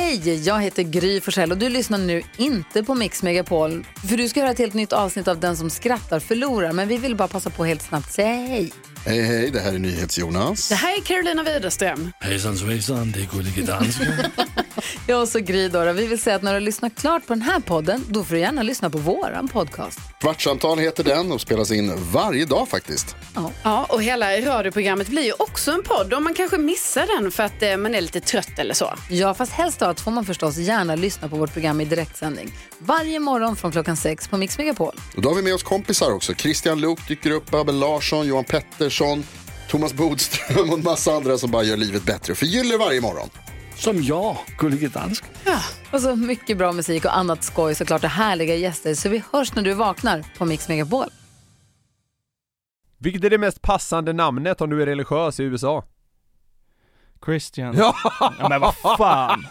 Hej, jag heter Gry Forssell och du lyssnar nu inte på Mix Megapol. För du ska höra ett helt nytt avsnitt av Den som skrattar förlorar. Men vi vill bara passa på helt snabbt säga hej. Hej, hej, det här är NyhetsJonas. Det här är Carolina Widerström. Hejsan svejsan, det är Gullige Dansken. Jag och så Gry då. Vi vill säga att när du har lyssnat klart på den här podden, då får du gärna lyssna på våran podcast. Kvartsamtal heter den och spelas in varje dag faktiskt. Ja, och hela radioprogrammet blir ju också en podd om man kanske missar den för att man är lite trött eller så. Ja, fast helst då får man förstås gärna lyssna på vårt program i direktsändning. Varje morgon från 6 på Mix Megapol. Och då har vi med oss kompisar också. Christian Luuk dyker upp, Abel Larsson, Johan Pettersson, Thomas Bodström och en massa andra som bara gör livet bättre och förgyller varje morgon. Som jag, Gullige Dansken. Ja, och så mycket bra musik och annat skoj, såklart, och härliga gäster. Så vi hörs när du vaknar på Mix Megapol. Vilket är det mest passande namnet om du är religiös i USA? Christian. Ja, ja men vad fan.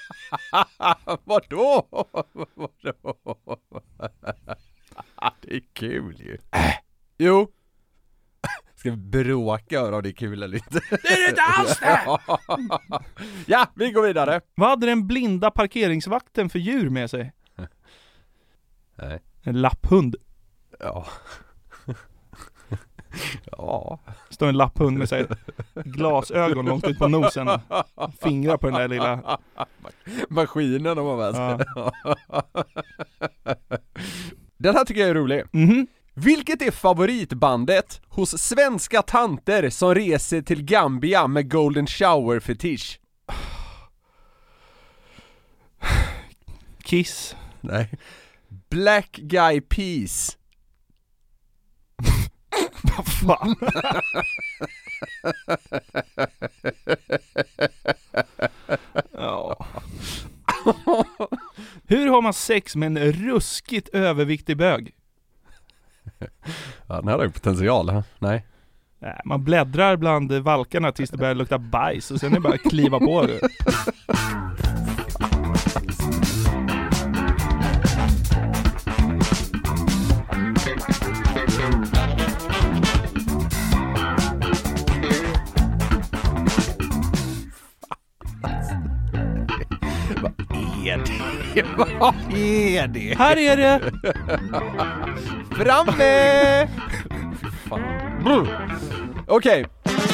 Vadå? Det är kul ju. Jo. Ska vi bråka över om det är kul eller inte? Det är det inte alls det! Ja, vi går vidare. Vad hade den blinda parkeringsvakten för djur med sig? Nej. En lapphund. Ja. Ja. Står en lapphund med sig glasögon långt ut på nosen och fingrar på den där lilla maskinen om man väl ska. Ja. Den här tycker jag är rolig. Vilket är favoritbandet hos svenska tanter som reser till Gambia med golden shower fetisch? Kiss. Nej. Black Guy Peas. Vad fan? Ja. Hur har man sex med en ruskigt överviktig bög? Ja, den här har ju potential, ha? Nej. Nej, man bläddrar bland valkarna tills det börjar lukta bajs och sen är det bara att kliva på det. Vad är det? Här är det! Framme! Okej.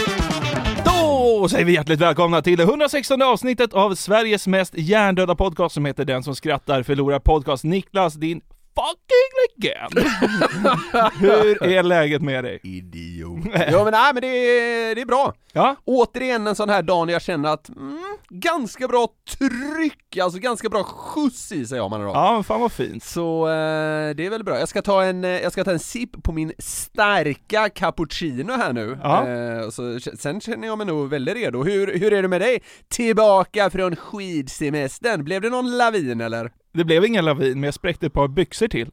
Då säger vi hjärtligt välkomna till det 116 avsnittet av Sveriges mest hjärndöda podcast som heter Den som skrattar förlorar podcast. Niklas, din fucking legend. Hur är läget med dig? Idiot. Ja men nej, men det är bra. Ja? Återigen en sån här dag när jag känner att ganska bra tryck, alltså ganska bra skjuts i sig om man då. Ja, fan vad fint. Så det är väl bra. Jag ska ta en sip på min starka cappuccino här nu. Ja. Så sen känner jag mig nog väldigt redo. Hur är det med dig? Tillbaka från skidsemestern. Blev det någon lavin eller? Det blev ingen lavin, men jag spräckte ett par byxor till.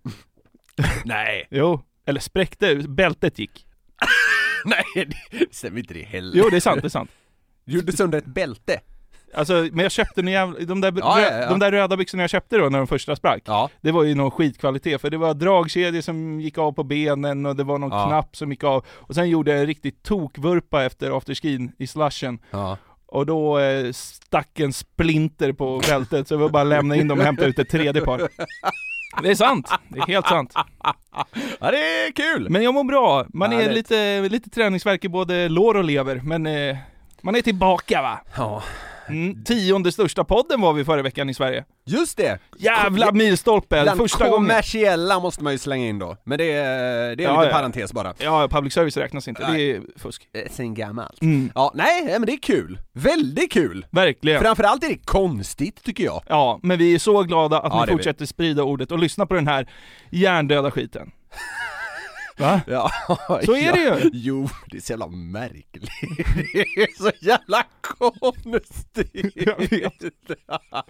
Nej. Jo, eller spräckte, bältet gick. Nej, det stämmer inte det heller. Jo, det är sant. Du gjorde sönder ett bälte. Alltså, men jag köpte de där röda byxorna jag köpte då när de första sprack. Ja. Det var ju någon skitkvalitet, för det var dragkedjor som gick av på benen och det var någon knapp som gick av. Och sen gjorde jag en riktigt tokvurpa efter afterskin i slushen. Ja. Och då stack en splinter på bältet, så jag var bara lämna in dem och hämta ut ett tredje par. Det är sant, det är helt sant. Ja, det är kul. Men jag mår bra, man är lite träningsvärk i både lår och lever. Men man är tillbaka, va? Ja. 10:e största podden var vi förra veckan i Sverige. Just det. Jävla milstolpe. Den första kommersiella gången måste man ju slänga in då. Men det är lite parentes bara. Ja, public service räknas inte. Nej. Det är fusk. Sen gammalt. Ja, nej, men det är kul. Väldigt kul. Verkligen. Framförallt är det konstigt, tycker jag. Ja, men vi är så glada att ni fortsätter sprida ordet och lyssna på den här hjärndöda skiten. Va? Ja, så är det ju. Jo, det är så jävla märkligt. Det är så jävla konstigt. Jag vet.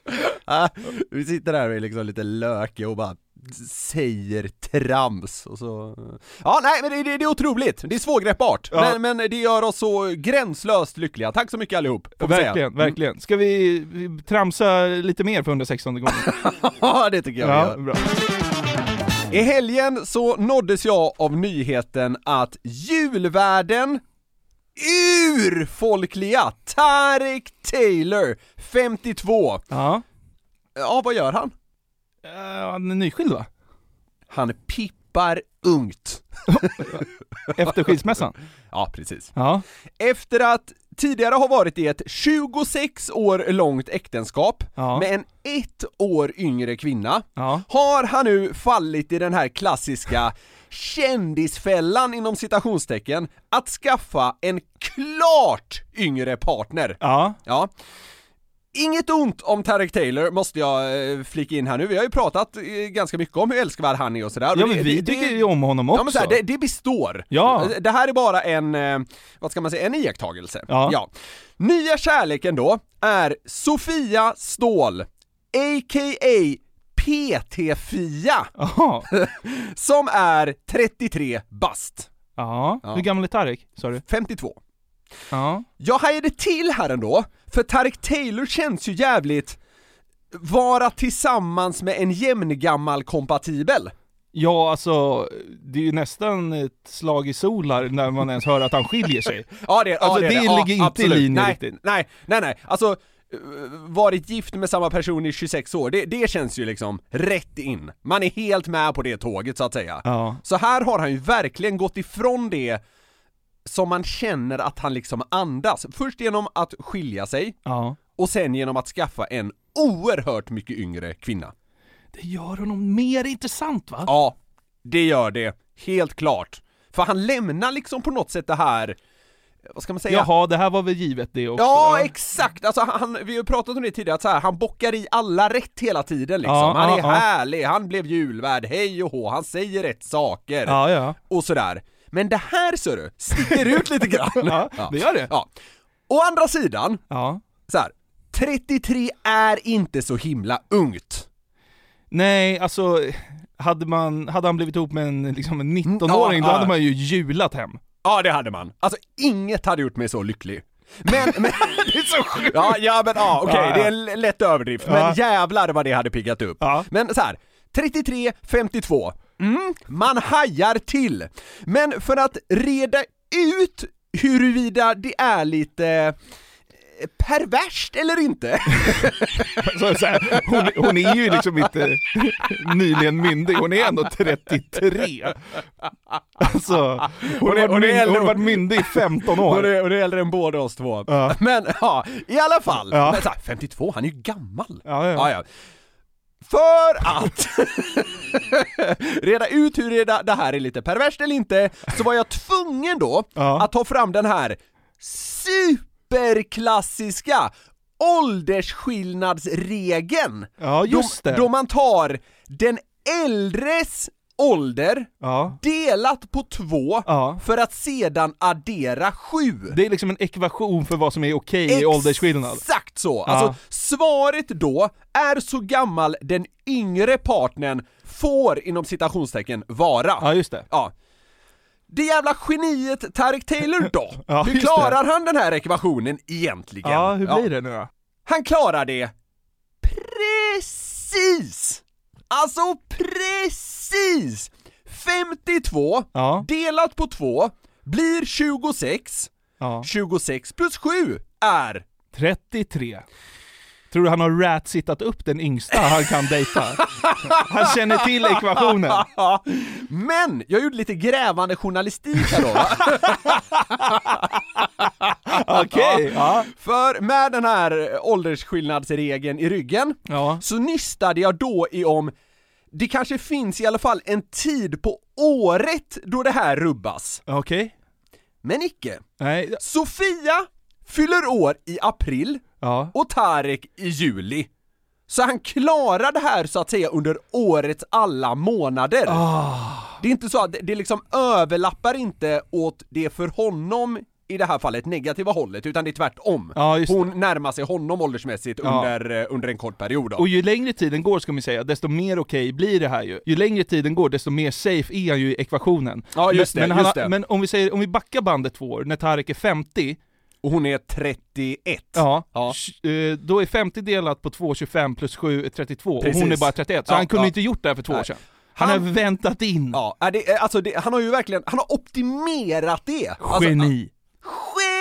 Vi sitter där och är liksom lite lökiga och bara säger trams och så. Ja, nej, men det är otroligt. Det är svårgreppbart. Ja. Men det gör oss så gränslöst lyckliga. Tack så mycket allihop. Verkligen. Ska vi tramsa lite mer för 116 gånger? Ja, det tycker jag vi gör. Bra. I helgen så nåddes jag av nyheten att julvärden urfolkliga Tarek Taylor, 52. Ja. Ja, vad gör han? Han är nyskild, va? Han pippar ungt. Efter skilsmässan? Ja, precis. Ja. Efter att tidigare har varit i ett 26 år långt äktenskap med en 1 år yngre kvinna, har han nu fallit i den här klassiska kändisfällan inom citationstecken att skaffa en klart yngre partner. Ja. Inget ont om Tarek Taylor, måste jag flika in här nu. Vi har ju pratat ganska mycket om hur älskvärd han är och sådär. Ja, men vi tycker ju om honom också. Ja, men så här, det består. Ja. Det här är bara en, vad ska man säga, en iakttagelse. Ja. Nya kärleken då är Sofia Ståhl, a.k.a. PT-Fia, som är 33 bast. Ja. Hur gammal är Tarek, sa du? 52. Ja. Jag hajade till här ändå, för Tarek Taylor känns ju jävligt vara tillsammans med en jämngammal kompatibel. Ja, alltså, det är ju nästan ett slag i solar när man ens hör att han skiljer sig. Ja, det ligger inte absolut. I linje riktigt. Nej, alltså varit gift med samma person i 26 år, det känns ju liksom rätt in. Man är helt med på det tåget, så att säga. Ja. Så här har han ju verkligen gått ifrån det som man känner att han liksom andas. Först genom att skilja sig, och sen genom att skaffa en oerhört mycket yngre kvinna. Det gör honom mer intressant, va? Ja, det gör det. Helt klart. För han lämnar liksom på något sätt det här, vad ska man säga? Jaha, det här var väl givet det också. Ja, exakt. Alltså vi har ju pratat om det tidigare, att så här, han bockar i alla rätt hela tiden liksom. Han är härlig, han blev julvärd, hej och hå, han säger rätt saker. Och sådär. Men det här, så du, sticker ut lite grann. Det gör det. Ja. Å andra sidan, så här, 33 är inte så himla ungt. Nej, alltså hade han blivit ihop med en 19-åring, då hade man ju julat hem. Ja, det hade man. Alltså inget hade gjort mig så lycklig. Men det är så sjukt. Okej, det är en lätt överdrift, men jävlar vad det hade piggat upp. Men så här, 33, 52. Man hajar till. Men för att reda ut huruvida det är lite perverst eller inte. så här, hon är ju liksom inte nyligen myndig, hon är ändå 33. Alltså, hon har varit myndig i 15 år. Hon är äldre än båda oss två. Men i alla fall. Men, så här, 52, han är ju gammal. Ja. För att reda ut hur det här är lite perverst eller inte, så var jag tvungen då att ta fram den här superklassiska åldersskillnadsregeln. Ja, just det. Då man tar den äldres ålder delat på 2 för att sedan addera 7. Det är liksom en ekvation för vad som är okej i åldersskillnad. Exakt så. Alltså svaret då är så gammal den yngre partnern får inom citationstecken vara. Ja, just det. Ja. Det jävla geniet Tarek Taylor då. Hur klarar han den här ekvationen egentligen? Ja, hur blir det nu då? Han klarar det precis. Alltså precis. 52 delat på 2 blir 26. 26 plus 7 är 33. Tror du han har rat-sittat upp den yngsta han kan dejta? Han känner till ekvationen. Men jag gjorde lite grävande journalistik här då. Okej. För med den här åldersskillnadsregeln i ryggen så nystade jag då i om det kanske finns i alla fall en tid på året då det här rubbas. Okej. Men icke. Nej. Sofia fyller år i april och Tarek i juli. Så han klarar det här så att säga under årets alla månader. Det är inte så att det liksom överlappar inte åt det för honom i det här fallet negativa hållet, utan det är tvärtom. Hon närmar sig honom åldersmässigt under en kort period. Och ju längre tiden går, ska man säga, desto mer okej blir det här ju. Ju längre tiden går, desto mer safe är han ju i ekvationen. Ja, just det. Men om vi backar bandet 2 år, när Tarek är 50 och hon är 31. Då är 50 delat på 2, 25 plus 7 är 32. Precis. Och hon är bara 31. Så han kunde inte gjort det här för 2 år sedan. Han har väntat in. Han har ju verkligen, han har optimerat det. Geni.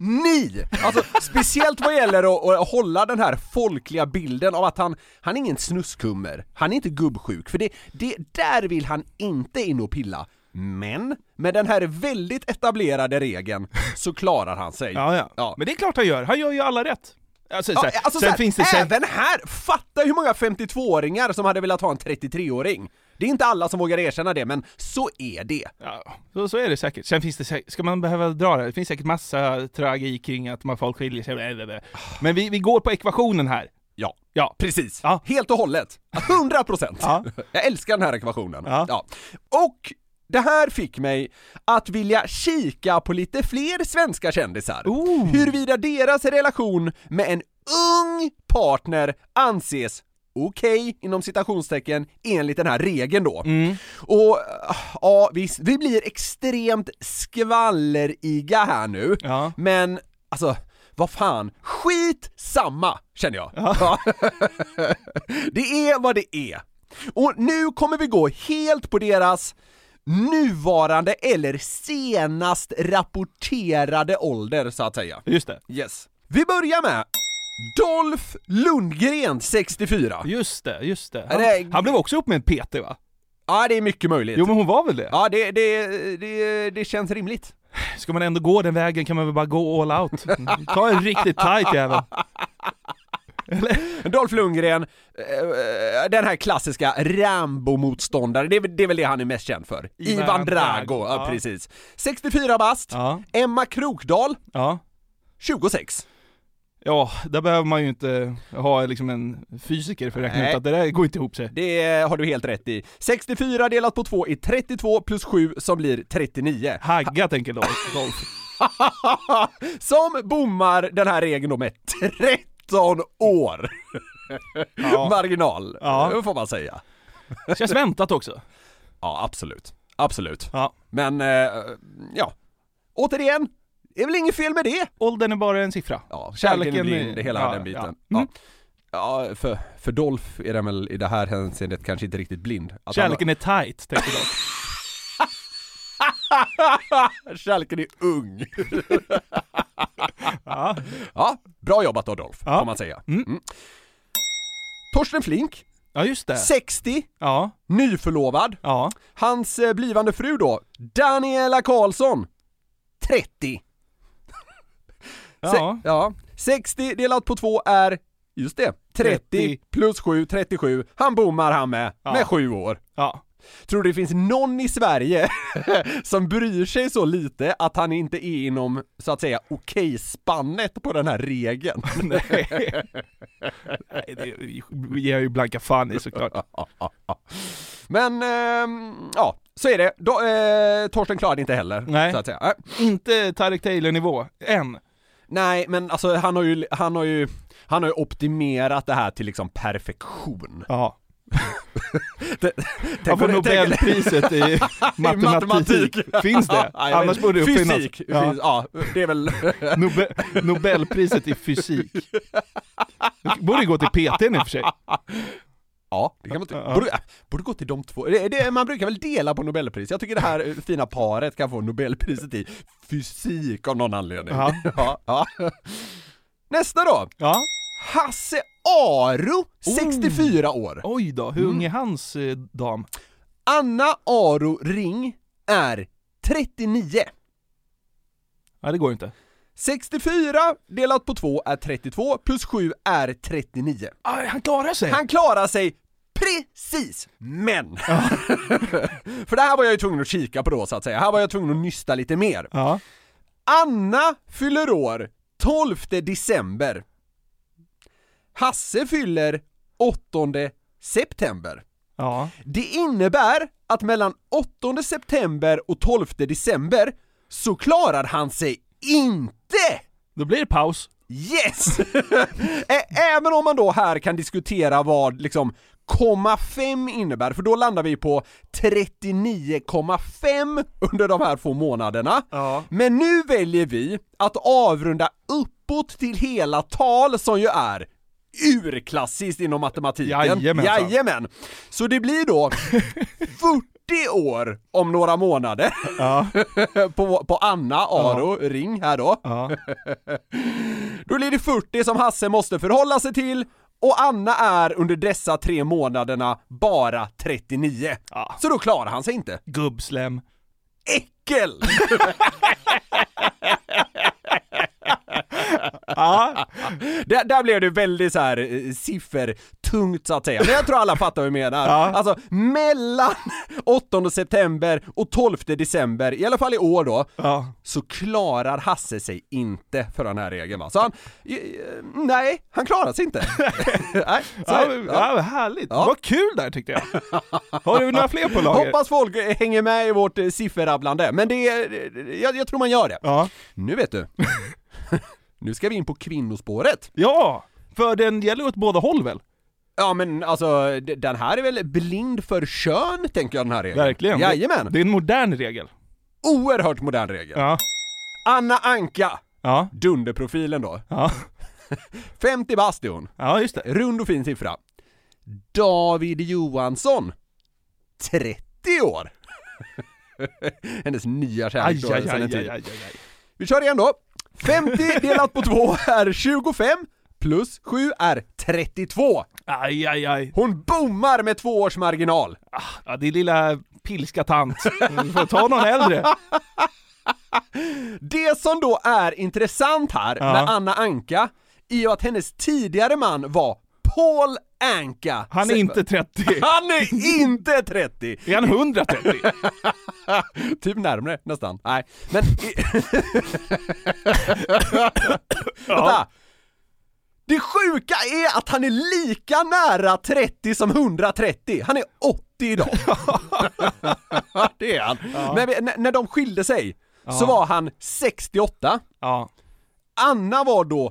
ni! Alltså speciellt vad gäller att hålla den här folkliga bilden av att han är ingen snuskummer, han är inte gubbsjuk, för det där vill han inte in och pilla. Men med den här väldigt etablerade regeln så klarar han sig. Ja. Men det är klart han gör ju alla rätt. Även här, fatta hur många 52-åringar som hade velat ha en 33-åring. Det är inte alla som vågar erkänna det, men så är det. Ja, så är det säkert. Sen finns det, ska man behöva dra det? Det finns säkert massa tragik kring att man folk skiljer sig. Men vi går på ekvationen här. Ja, precis. Ja. Helt och hållet. 100%. Ja. Jag älskar den här ekvationen. Ja. Och det här fick mig att vilja kika på lite fler svenska kändisar. Huruvida deras relation med en ung partner anses okej, inom citationstecken, enligt den här regeln då. Och ja, visst, vi blir extremt skvalleriga här nu. Ja. Men alltså, vad fan, skit samma, känner jag. Ja. Det är vad det är. Och nu kommer vi gå helt på deras nuvarande eller senast rapporterade ålder, så att säga. Just det. Yes. Vi börjar med Dolph Lundgren, 64. Just det. Han blev också upp med en PT, va? Ja, det är mycket möjligt. Jo, men hon var väl det? Ja, det känns rimligt. Ska man ändå gå den vägen kan man väl bara gå all out. Ta en riktigt tight jävel. Dolph Lundgren, den här klassiska Rambo-motståndare, det är väl det han är mest känd för. Ivan Drago, ja, precis. 64 bast. Ja. Emma Krokdahl, 26. Ja, där behöver man ju inte ha liksom en fysiker för att räkna ut att det där går inte ihop sig. Det har du helt rätt i. 64 delat på 2 är 32 plus 7 som blir 39. Hagga tänker Dolph. Som bommar den här regeln då med 13 år. Marginal, får man säga. Känns väntat också. Ja, absolut. Ja. Men, återigen, det är väl inget fel med det. Åldern är bara en siffra. Ja, kärleken är blind, hela den biten. Ja, för Dolph är den väl i det här hänseendet kanske inte riktigt blind. Att kärleken är tight, tänker jag. Kärleken är ung. Ja, bra jobbat då, Dolph, får man säga. Torsten Flink. Ja, just det. 60. Ja. Nyförlovad. Ja. Hans blivande fru då, Daniela Karlsson. 30. Ja. 60 delat på 2 är, just det, 30 plus 7, 37. Han bommar han med 7 år. Ja. Tror du det finns någon i Sverige som bryr sig så lite att han inte är inom, så att säga, okej-spannet på den här regeln? Nej, det ger ju blanka fan i, såklart. Men, så är det. Torsten klarade inte heller. Nej, så att säga. Inte Tarek Taylor-nivå, än. Nej, men alltså han har ju optimerat det här till liksom perfektion. Ja. Han får Nobelpriset i matematik. Finns det? Annars borde det uppfinnas. Fysik. Ja, det är väl Nobelpriset i fysik. Det borde gå till PT:n i och för sig. Ja, det kan man borde gå till de två. Man brukar väl dela på Nobelpris. Jag tycker det här fina paret kan få Nobelpriset i fysik av någon anledning. Ja. Nästa då. Ja. Hasse Aro, 64 år. Oj då, hur ung är hans dam? Anna Aro Ring är 39. Ja, det går inte. 64 delat på 2 är 32 plus 7 är 39. Han klarar sig. Han klarar sig precis, men för det här var jag ju tvungen att kika på då, så att säga. Här var jag tvungen att nysta lite mer. Ja. Anna fyller år 12 december. Hasse fyller 8 september. Ja. Det innebär att mellan 8 september och 12 december så klarar han sig inte. Då blir det paus. Yes! Även om man då här kan diskutera vad liksom 0,5 innebär, för då landar vi på 39,5 under de här få månaderna. Ja. Men nu väljer vi att avrunda uppåt till hela tal, som ju är urklassiskt inom matematiken. Jajamän. Så det blir då år om några månader. Ja. på Anna Aro, ring här då. Ja. Då blir det 40 som Hasse måste förhålla sig till. Och Anna är under dessa 3 månaderna bara 39. Ja. Så då klarar han sig inte. Gubbslem. Äckel! Ja. Där blev det väldigt så här siffertungt så att säga. Men jag tror alla fattar vad jag menar. Ja. Alltså mellan 8 september och 12 december, i alla fall i år då, så klarar Hasse sig inte för den här regeln, va? Så han, nej, han klarar sig inte. Nej, ja, härligt. Ja. Vad kul där tyckte jag. Har du några fler på lager? Hoppas folk hänger med i vårt sifferrabblande, men jag tror man gör det. Ja. Nu vet du. Nu ska vi in på kvinnospåret. Ja, för den gäller åt båda håll väl? Ja, men alltså, den här är väl blind för kön, tänker jag, den här regeln. Verkligen. Jajamän. Det är en modern regel. Oerhört modern regel. Ja. Anna Anka. Ja. Dunderprofilen då. Ja. 50 bastion. Ja, just det. Rund och fin siffra. David Johansson. 30 år. Hennes nya kärlek då. Aj. Vi kör igen då. 50 delat på 2 är 25, plus 7 är 32. Aj. Hon bommar med 2 års marginal. Ja, det är lilla pilska tant. Du får ta någon äldre. Det som då är intressant här med Anna Anka är ju att hennes tidigare man var Paul Anka. Han är inte 30. Han är inte 30. Är han 130? Typ närmare nästan. Nej, men vänta. Det sjuka är att han är lika nära 30 som 130. Han är 80 idag. Det är han. Ja. Men när de skilde sig så var han 68. Ja. Anna var då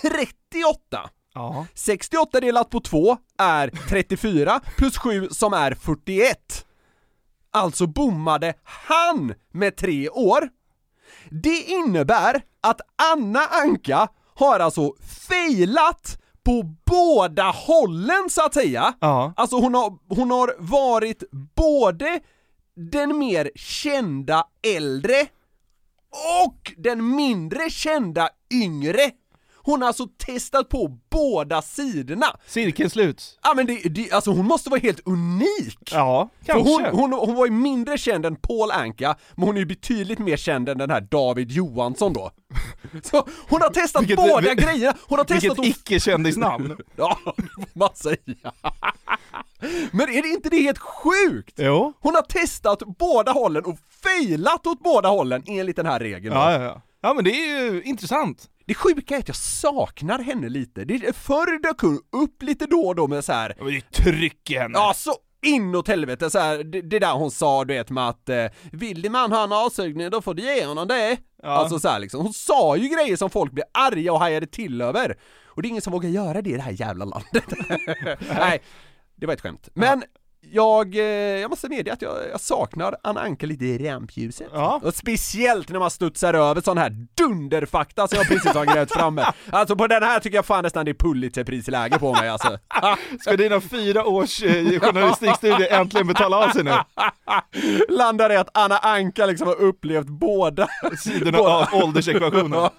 38. Ja. 68 delat på 2 är 34 plus 7 som är 41. Alltså bommade han med 3 år. Det innebär att Anna Anka har alltså failat på båda hållen så att säga. Ja. Alltså hon har varit både den mer kända äldre och den mindre kända yngre. Hon har alltså testat på båda sidorna. Cirkeln slut. Ja, men alltså hon måste vara helt unik. Ja, kanske. För hon var ju mindre känd än Paul Anka, men hon är ju betydligt mer känd än den här David Johansson då. Så hon har testat båda grejerna. Hon har testat vilket icke-kändisnamn. Ja, man säger. Men är det inte det helt sjukt? Jo. Hon har testat båda hållen och failat åt båda hållen enligt den här regeln. Ja, men det är ju intressant. Det sjuka är att jag saknar henne lite. Förr dök hon upp lite då och då med så här. Det är tryck i henne. Ja, så inåt helvete så här, det där hon sa, du vet, med att vill din man ha en avsugning, då får du ge honom det. Ja. Alltså så här liksom. Hon sa ju grejer som folk blev arga och hajade till över. Och det är ingen som vågar göra det i det här jävla landet. Nej, det var ett skämt. Men jag måste medge att jag saknar Anna Anka lite i rampljuset. Ja. Och speciellt när man studsar över sån här dunderfakta som jag precis har grävt framme. Alltså på den här tycker jag fan nästan det är Pulitzer-prisläge på mig alltså. Ska dina 4 års journalistikstudie äntligen betala av sig nu? Landar i att Anna Anka liksom har upplevt båda sidorna av åldersekvationen.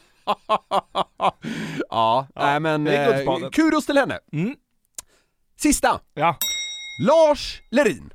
Ja, nej men kudos till henne. Mm. Sista. Ja. Lars Lerin.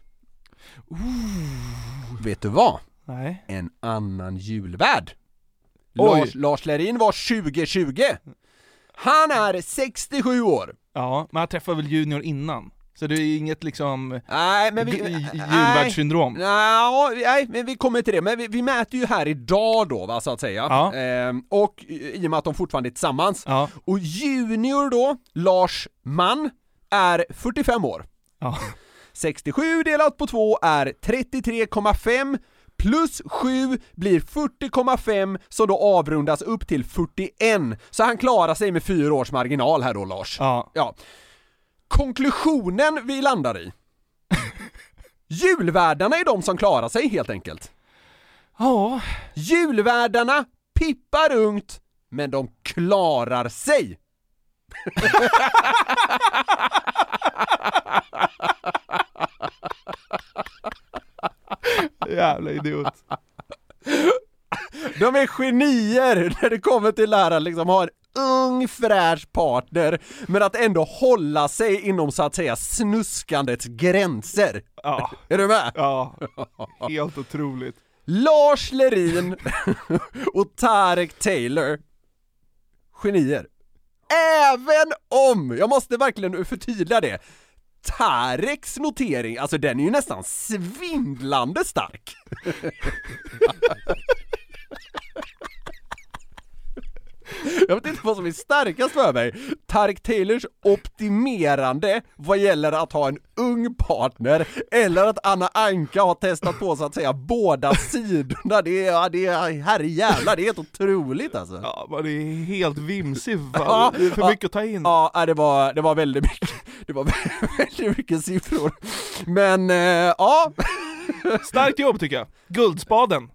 Vet du vad? Nej. En annan julvärd. Lars Lerin var 2020. Han är 67 år. Ja, men han träffade väl junior innan. Så det är inget liksom julvärdssyndrom. Nej, men vi kommer till det. Men vi mäter ju här idag då, va, så att säga. Ja. Och i och med att de fortfarande är tillsammans. Ja. Och junior då, Lars Mann, är 45 år. Ja. 67 delat på 2 är 33,5 plus 7 blir 40,5 som då avrundas upp till 41. Så han klarar sig med 4 års marginal här då, Lars. Ja. Konklusionen vi landar i. Julvärdarna är de som klarar sig helt enkelt. Ja. Julvärdarna pippar ungt, men de klarar sig. idiot. De är genier när det kommer till lärare liksom ha en ung fräsch partner men att ändå hålla sig inom så att säga snuskandets gränser. Ja. Är du med? Ja, helt otroligt. Lars Lerin och Tarek Taylor, genier. Även om, jag måste verkligen förtydliga det, Tareks notering, alltså den är ju nästan svindlande stark. Jag vet inte vad som är starkast för mig. Tarek Taylors optimerande vad gäller att ha en ung partner eller att Anna Anka har testat på så att säga båda sidorna. Det är herrejävlar, det är helt otroligt alltså. Ja, men det är helt vimsigt. Det är för mycket att ta in. Ja, det var väldigt mycket. Det var väldigt mycket siffror. Men ja. Starkt jobb tycker jag. Guldspaden.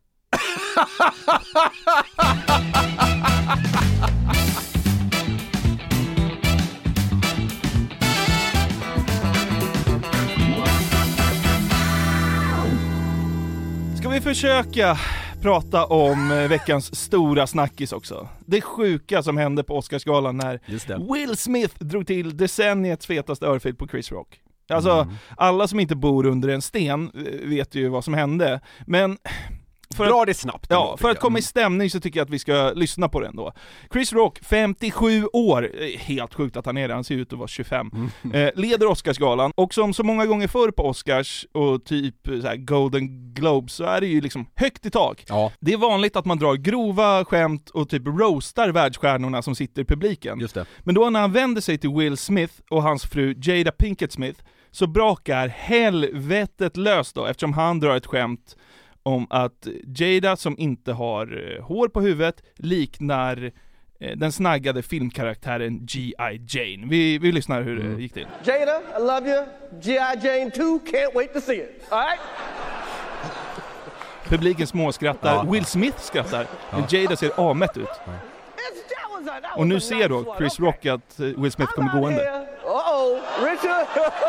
Ska vi försöka prata om veckans stora snackis också. Det sjuka som hände på Oscarsgalan när Will Smith drog till decenniets fetaste örfil på Chris Rock. Alltså, alla som inte bor under en sten vet ju vad som hände. Men dra det snabbt. Ja, för att komma i stämning så tycker jag att vi ska lyssna på den då. Chris Rock, 57 år, helt sjukt att han är det, han ser ut att vara 25, leder Oscarsgalan, och som så många gånger förr på Oscars och typ så här Golden Globes så är det ju liksom högt i tak. Ja. Det är vanligt att man drar grova skämt och typ roastar världsstjärnorna som sitter i publiken. Just det. Men då när han vänder sig till Will Smith och hans fru Jada Pinkett Smith så brakar helvetet löst då, eftersom han drar ett skämt om att Jada, som inte har hår på huvudet, liknar den snaggade filmkaraktären G.I. Jane. Vi lyssnar hur det gick till. Jada, I love you. G.I. Jane 2, can't wait to see it. All right? Publiken småskrattar. Will Smith skrattar. Men Jada ser avmätt ut. Och nu ser då Chris Rock att Will Smith kommer gående. Uh-oh, Richard!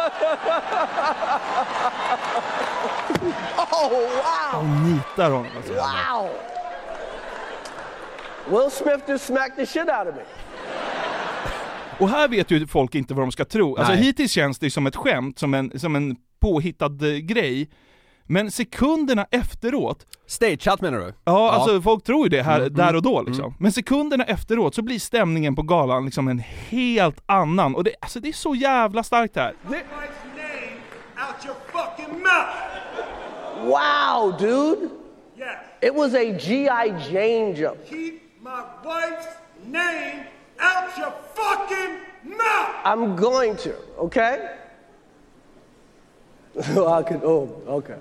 Oh, wow! Och nitar honom. Alltså. Wow! Will Smith just smacked the shit out of me. Och här vet ju folk inte vad de ska tro. Alltså hittills känns det som ett skämt, som en påhittad grej. Men sekunderna efteråt... Stageat menar du? Ja, alltså folk tror ju det här där och då liksom. Men sekunderna efteråt så blir stämningen på galan liksom en helt annan. Och det är så jävla starkt här. Wow, dude! Yes. It was a G.I. Jane joke. Keep my wife's name out your fucking mouth! I'm going to, okay? Okay.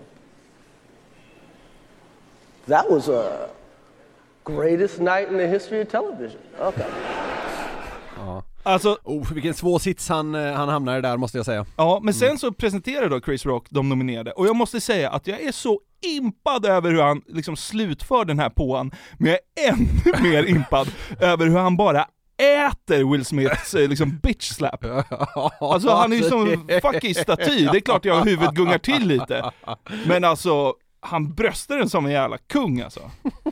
That was a greatest night in the history of television. Okay. Alltså, vilken svår sits han hamnade där, måste jag säga. Ja, men sen så presenterar då Chris Rock de nominerade. Och jag måste säga att jag är så impad över hur han liksom slutför den här påan. Men jag är ännu mer impad över hur han bara äter Will Smiths liksom bitch slap. Alltså han är ju som en fucking staty. Det är klart jag huvudet gungar till lite. Men alltså, han bröstar den som en jävla kung alltså.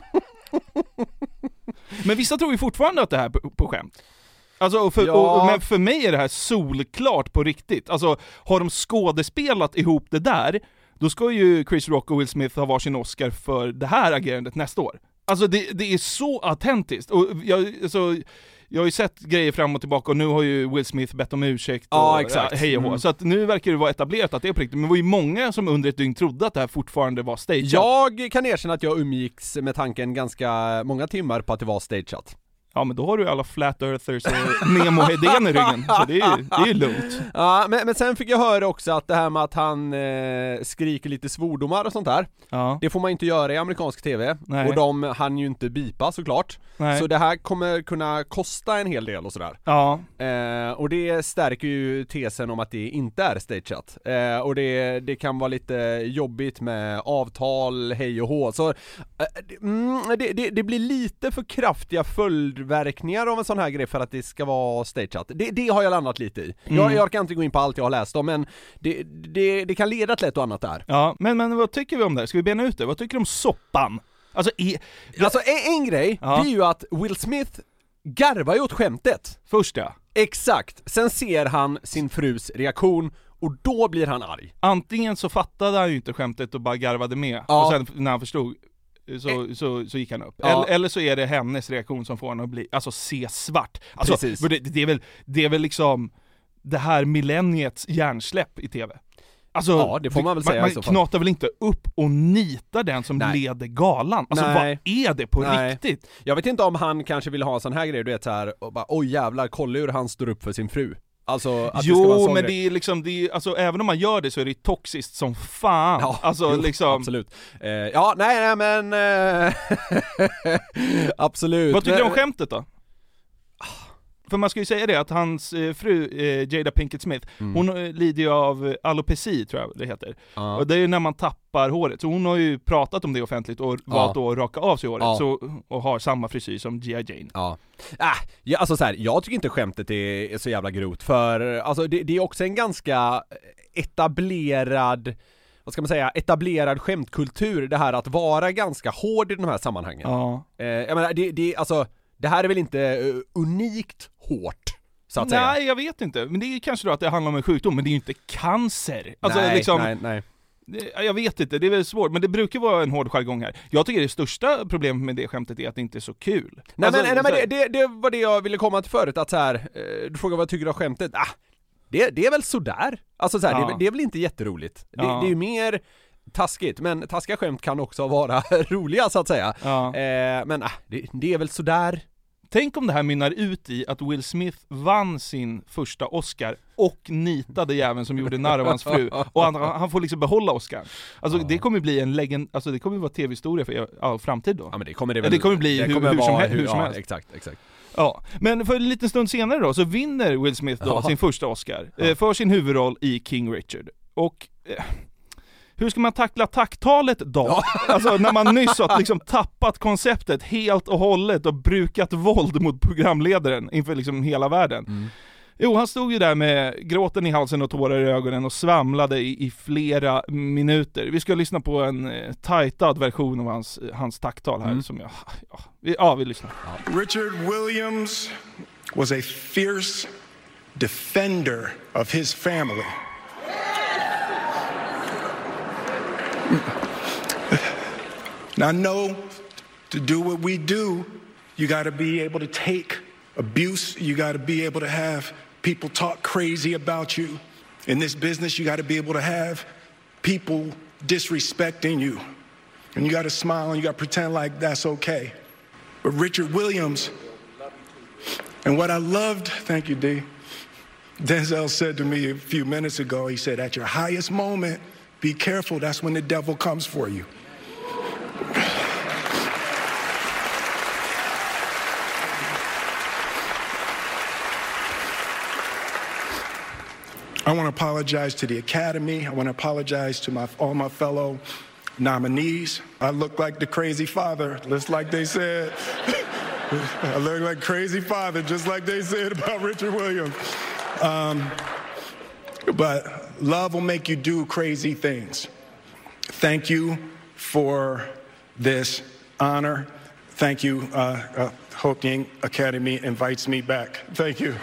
Men vissa tror ju fortfarande att det här är på skämt. Alltså, men för mig är det här solklart på riktigt. Alltså, har de skådespelat ihop det där, då ska ju Chris Rock och Will Smith ha varsin Oscar för det här agerandet nästa år. Alltså, det är så autentiskt. Och jag har ju sett grejer fram och tillbaka, och nu har ju Will Smith bett om ursäkt och exakt. Hej och hå. Så att nu verkar det vara etablerat att det är på riktigt. Men det var ju många som under ett dygn trodde att det här fortfarande var stageat. Jag kan erkänna att jag umgicks med tanken ganska många timmar på att det var stageat. Ja, men då har du alla flat earthers och Nemo Hedén i ryggen. Så det är ju lugnt. Ja, men sen fick jag höra också att det här med att han skriker lite svordomar och sånt där, det får man inte göra i amerikansk tv. Nej. Och de hann ju inte bipa såklart. Nej. Så det här kommer kunna kosta en hel del och sådär. Ja. Och det stärker ju tesen om att det inte är stageat. Och det kan vara lite jobbigt med avtal, hej och hå. Så det blir lite för kraftiga följd följdverkningar av en sån här grej för att det ska vara stageat. Det har jag landat lite i. Jag kan inte gå in på allt jag har läst om, men det kan leda till ett och annat där. Ja, men vad tycker vi om det? Ska vi bena ut det? Vad tycker du om soppan? Alltså en grej, det är ju att Will Smith garvar ju åt skämtet. Först ja. Exakt. Sen ser han sin frus reaktion och då blir han arg. Antingen så fattade han ju inte skämtet och bara garvade med. Ja. Och sen när han förstod så gick han upp. Ja. Eller så är det hennes reaktion som får honom att bli, alltså se svart. Alltså, det är väl liksom det här millenniets hjärnsläpp i tv. Alltså, ja, det får man väl säga. Man knatar väl inte upp och nitar den som leder galan. Alltså vad är det på riktigt? Jag vet inte om han kanske vill ha en sån här grej, du vet så här, och bara, oj jävlar, kolla hur han står upp för sin fru. Alltså, att det ska vara men grej. Det är liksom, alltså även om man gör det så är det toxiskt som fan. Ja, alltså liksom. Absolut. Men absolut. Vad tycker du om skämtet då? För man ska ju säga det att hans fru Jada Pinkett Smith, hon lider ju av alopeci, tror jag det heter. Och det är ju när man tappar håret. Så hon har ju pratat om det offentligt och valt att raka av sig håret och har samma frisyr som G.I. Jane. Alltså så här, jag tycker inte skämtet är så jävla grovt, för alltså det är också en ganska etablerad, vad ska man säga, etablerad skämtkultur, det här att vara ganska hård i de här sammanhangen. Jag menar, alltså det här är väl inte unikt hårt, så att säga. Nej, jag vet inte. Men det är kanske då att det handlar om en sjukdom, men det är ju inte cancer. Alltså, nej. Jag vet inte, det är väl svårt, men det brukar vara en hård jargong här. Jag tycker det största problemet med det skämtet är att det inte är så kul. Nej, alltså, det var det jag ville komma till förut, att så här, du frågar vad jag tycker om skämtet. Det är väl sådär. Alltså så här, det är väl inte jätteroligt. Det är ju mer taskigt, men taskiga skämt kan också vara roliga, så att säga. Men det är väl sådär. Tänk om det här mynnar ut i att Will Smith vann sin första Oscar och nitade jäveln som gjorde narr av hans fru, och han får liksom behålla Oscar. Alltså det kommer bli en legend, alltså det kommer vara tv-historia för all framtid då. Ja, men det kommer bli hur som helst. Exakt. Ja, men för en liten stund senare då så vinner Will Smith då sin första Oscar för sin huvudroll i King Richard. Och hur ska man tackla tacktalet då? Alltså när man nyss har liksom tappat konceptet helt och hållet och brukat våld mot programledaren inför liksom hela världen. Jo, han stod ju där med gråten i halsen och tårar i ögonen och svamlade i flera minuter. Vi ska lyssna på en tajtad version av hans tacktal här som vi lyssnar. Richard Williams was a fierce defender of his family. Now, I know to do what we do, you got to be able to take abuse. You got to be able to have people talk crazy about you. In this business, you got to be able to have people disrespecting you. And you got to smile and you got to pretend like that's okay. But Richard Williams, and what I loved, thank you, D. Denzel said to me a few minutes ago, he said, at your highest moment, be careful, that's when the devil comes for you. I want to apologize to the Academy. I want to apologize to all my fellow nominees. I look like the crazy father, just like they said. I look like crazy father, just like they said about Richard Williams. But love will make you do crazy things. Thank you for this honor. Thank you. Hope the Academy invites me back. Thank you.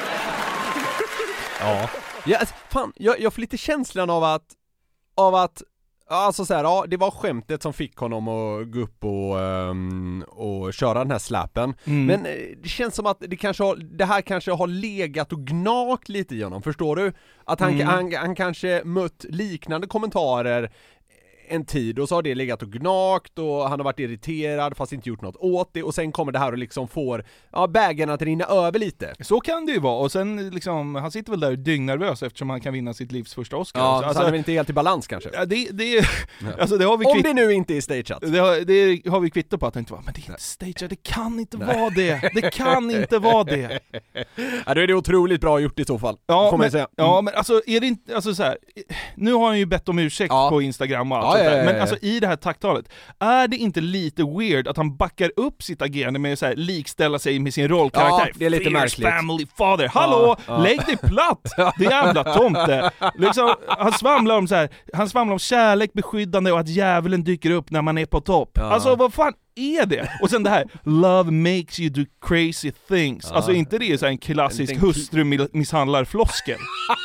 Ja, fan, jag får lite känslan av att alltså så här, det var skämtet som fick honom att gå upp och köra den här slappen. Men det känns som att det här kanske har legat och gnagt lite i honom, förstår du? Att han kanske mött liknande kommentarer en tid och så har det legat och gnagt och han har varit irriterad fast inte gjort något åt det, och sen kommer det här och liksom får bägen att rinna över lite. Så kan det ju vara, och sen liksom han sitter väl där dyngnervös eftersom han kan vinna sitt livs första Oscar. Ja, så han är väl inte helt i balans kanske. Ja, alltså det har vi om det nu inte är stageat. Det har vi kvittat på att det inte var, men det är inte stageat, det kan inte vara det. Det kan inte vara det. Ja, då är det otroligt bra gjort i så fall. Ja, får man säga. Ja, men alltså är det inte, alltså så här, nu har han ju bett om ursäkt på Instagram och allt. sånt där. Men alltså i det här tacktalet, är det inte lite weird att han backar upp sitt agerande med att så här likställa sig med sin rollkaraktär? Ja, det är lite märkligt. Family father. Hallå, lägg dig platt! Det jävla tomte. Liksom, han svamlar om kärlek, beskyddande och att djävulen dyker upp när man är på topp. Alltså vad fan är det? Och sen det här, love makes you do crazy things. Alltså inte det är så här en klassisk hustru-misshandlar-floskel.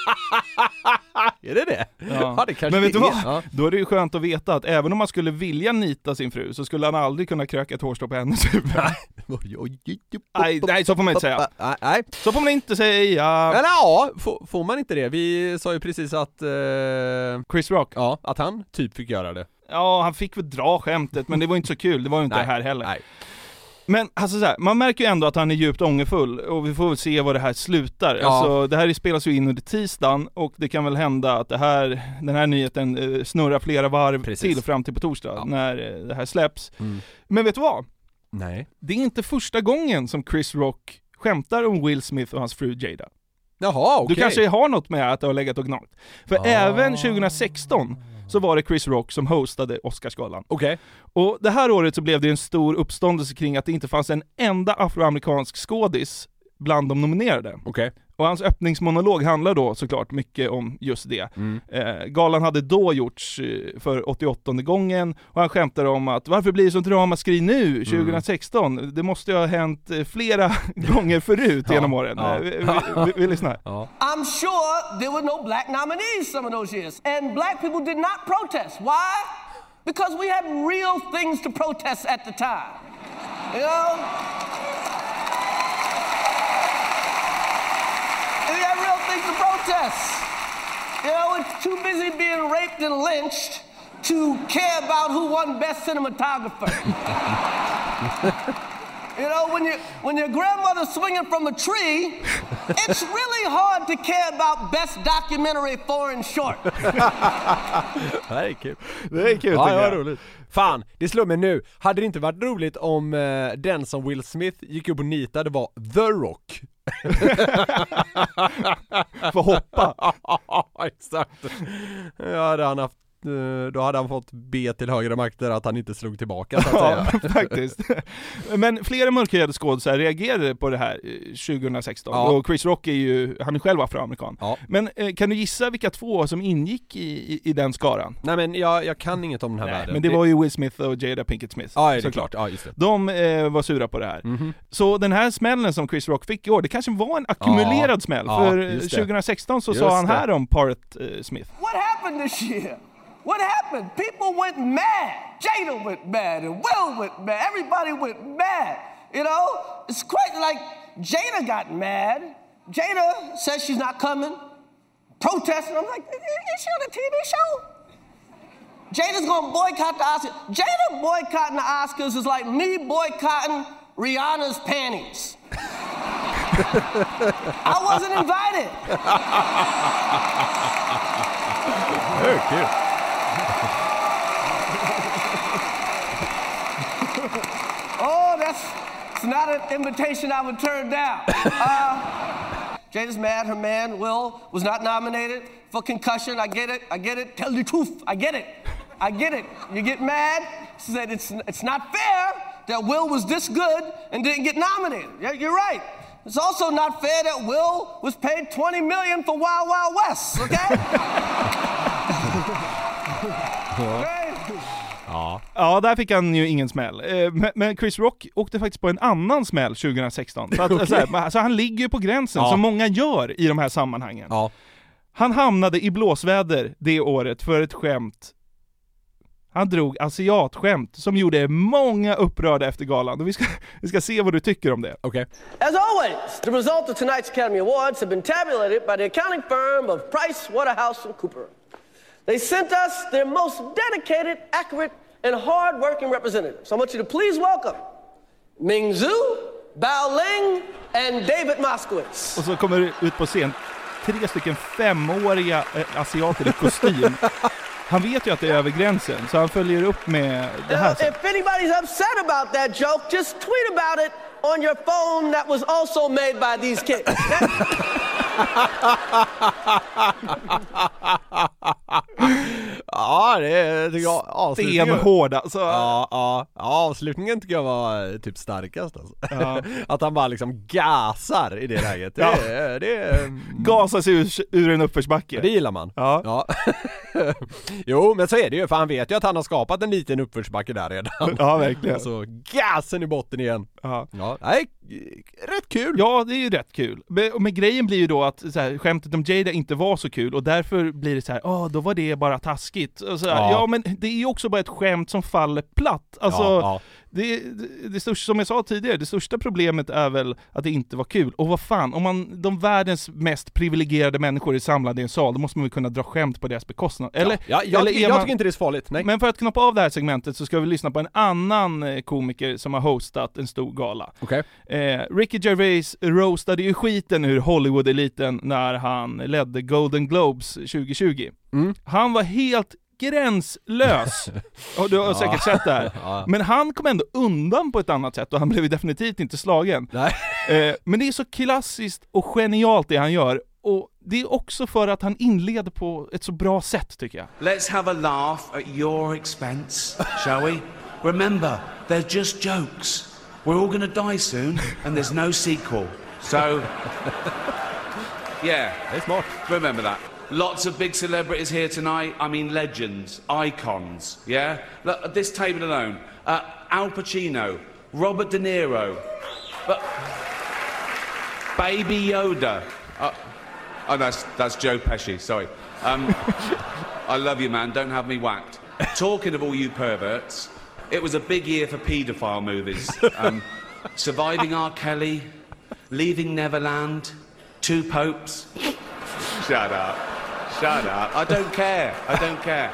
Är det? Ja. Det kanske. Men vet du vad? Ja. Då är det ju skönt att veta att även om man skulle vilja nita sin fru så skulle han aldrig kunna kröka ett hårstrå på hennes huvud. Nej, så får man inte säga. Nej. Så får man inte säga. Men ja, får man inte det? Vi sa ju precis att Chris Rock, att han typ fick göra det. Ja, han fick väl dra skämtet, men det var inte så kul. Det var ju inte det här heller. Nej. Men alltså så här, man märker ju ändå att han är djupt ångerfull och vi får väl se vad det här slutar. Ja. Alltså, det här spelas ju in under tisdagen och det kan väl hända att den här nyheten snurrar flera varv till fram till på torsdag när det här släpps. Men vet du vad? Nej. Det är inte första gången som Chris Rock skämtar om Will Smith och hans fru Jada. Jaha, okej. Du kanske har något med att det har legat och gnagt. För även 2016 så var det Chris Rock som hostade Oscarsgalan. Okej. Och det här året så blev det en stor uppståndelse kring att det inte fanns en enda afroamerikansk skådis bland de nominerade. Okej. Och hans öppningsmonolog handlar då såklart mycket om just det. Galan hade då gjorts för 88:e gången och han skämtar om att varför blir det sånt ramaskri nu 2016? Det måste ju ha hänt flera gånger förut genom åren. Vi lyssnar. I'm sure there were no black nominees some of those years and black people did not protest. Why? Because we had real things to protest at the time. You know? To protest. You know, it's too busy being raped and lynched to care about who won best cinematographer. You know, when your grandmother's swinging from a tree, it's really hard to care about best documentary foreign short. Det är kul. Det är kul. Ja, roligt. Fan, det slår mig nu. Hade det inte varit roligt om den som Will Smith gick upp och nitade var The Rock? Får hoppa. Exakt. Då hade han fått be till högre makter att han inte slog tillbaka så att säga. Faktiskt. Men flera mörkhyade skådespelare reagerade på det här 2016 och Chris Rock han är själv afroamerikan. Men kan du gissa vilka två som ingick i den skaran? Nej men jag kan inget om den här världen. Men det var ju Will Smith och Jada Pinkett Smith. Ja, det är klart. Ja, just det. De var sura på det här. Så den här smällen som Chris Rock fick i år, det kanske var en ackumulerad smäll. För 2016 så sa han här om Parrot Smith. What happened this year? What happened? People went mad. Jada went mad and Will went mad. Everybody went mad. You know, it's quite like Jada got mad. Jada says she's not coming. Protesting. I'm like, is she on a TV show? Jada's gonna boycott the Oscars. Jada boycotting the Oscars is like me boycotting Rihanna's panties. I wasn't invited. Very cute. Oh, that's not an invitation I would turn down. Jada's mad. Her man, Will, was not nominated for Concussion. I get it. Tell the truth. I get it. You get mad. She said it's not fair that Will was this good and didn't get nominated. Yeah, you're right. It's also not fair that Will was paid $20 million for Wild Wild West, okay? Ja, där fick han ju ingen smäll. Men Chris Rock åkte faktiskt på en annan smäll 2016. För att, alltså, han ligger ju på gränsen, som många gör i de här sammanhangen. Ja. Han hamnade i blåsväder det året för ett skämt. Han drog asiatskämt som gjorde många upprörda efter galan. Och vi ska se vad du tycker om det. Okay. As always, the result of tonight's Academy Awards have been tabulated by the accounting firm of Price Waterhouse & Cooper. They sent us their most dedicated, accurate, and hard-working representatives. So I want you to please welcome Ming Zhu, Bao Ling, and David Moskowitz. Och så kommer det ut på scen 3 stycken 5-åriga asiater i kostym. Han vet ju att det är över gränsen, så han följer upp med det här. If anybody's upset about that joke, just tweet about it on your phone that was also made by these kids. Ja, det tycker jag. Stenhård alltså. Ja, avslutningen tycker jag var typ starkast alltså. Ja. Att han bara liksom gasar i det läget. Det gasas ur en uppförsbacke. Det gillar man. Ja. Jo, men så är det ju, för han vet ju att han har skapat en liten uppförsbacke där redan. Ja, verkligen. Och så gasen i botten igen. Ja. Nej, rätt kul. Ja, det är ju rätt kul. Men grejen blir ju då att så här, skämtet om Jada inte var så kul och därför blir det så här, då var det bara taskigt. Och så här, ja, men det är ju också bara ett skämt som faller platt. Alltså, det största, som jag sa tidigare, det största problemet är väl att det inte var kul. Och vad fan, om de världens mest privilegierade människor är samlade i en sal, då måste man väl kunna dra skämt på deras bekostnad. Eller, jag tycker inte det är så farligt. Nej. Men för att knoppa av det här segmentet så ska vi lyssna på en annan komiker som har hostat en stor gala. Okay. Ricky Gervais roastade ju skiten ur Hollywood-eliten när han ledde Golden Globes 2020. Han var helt gränslös. Och du har säkert sett det här. Men han kom ändå undan på ett annat sätt och han blev definitivt inte slagen. Men det är så klassiskt och genialt det han gör. Och det är också för att han inleder på ett så bra sätt, tycker jag. Let's have a laugh at your expense, shall we? Remember, they're just jokes. We're all gonna die soon and there's no sequel. So, yeah. It's smart. Remember that. Lots of big celebrities here tonight. I mean legends, icons, yeah? Look at this table alone. Al Pacino, Robert De Niro, Baby Yoda. That's Joe Pesci, sorry. I love you, man, don't have me whacked. Talking of all you perverts, it was a big year for paedophile movies. Surviving R. Kelly, Leaving Neverland, Two Popes. Shut up. I don't care.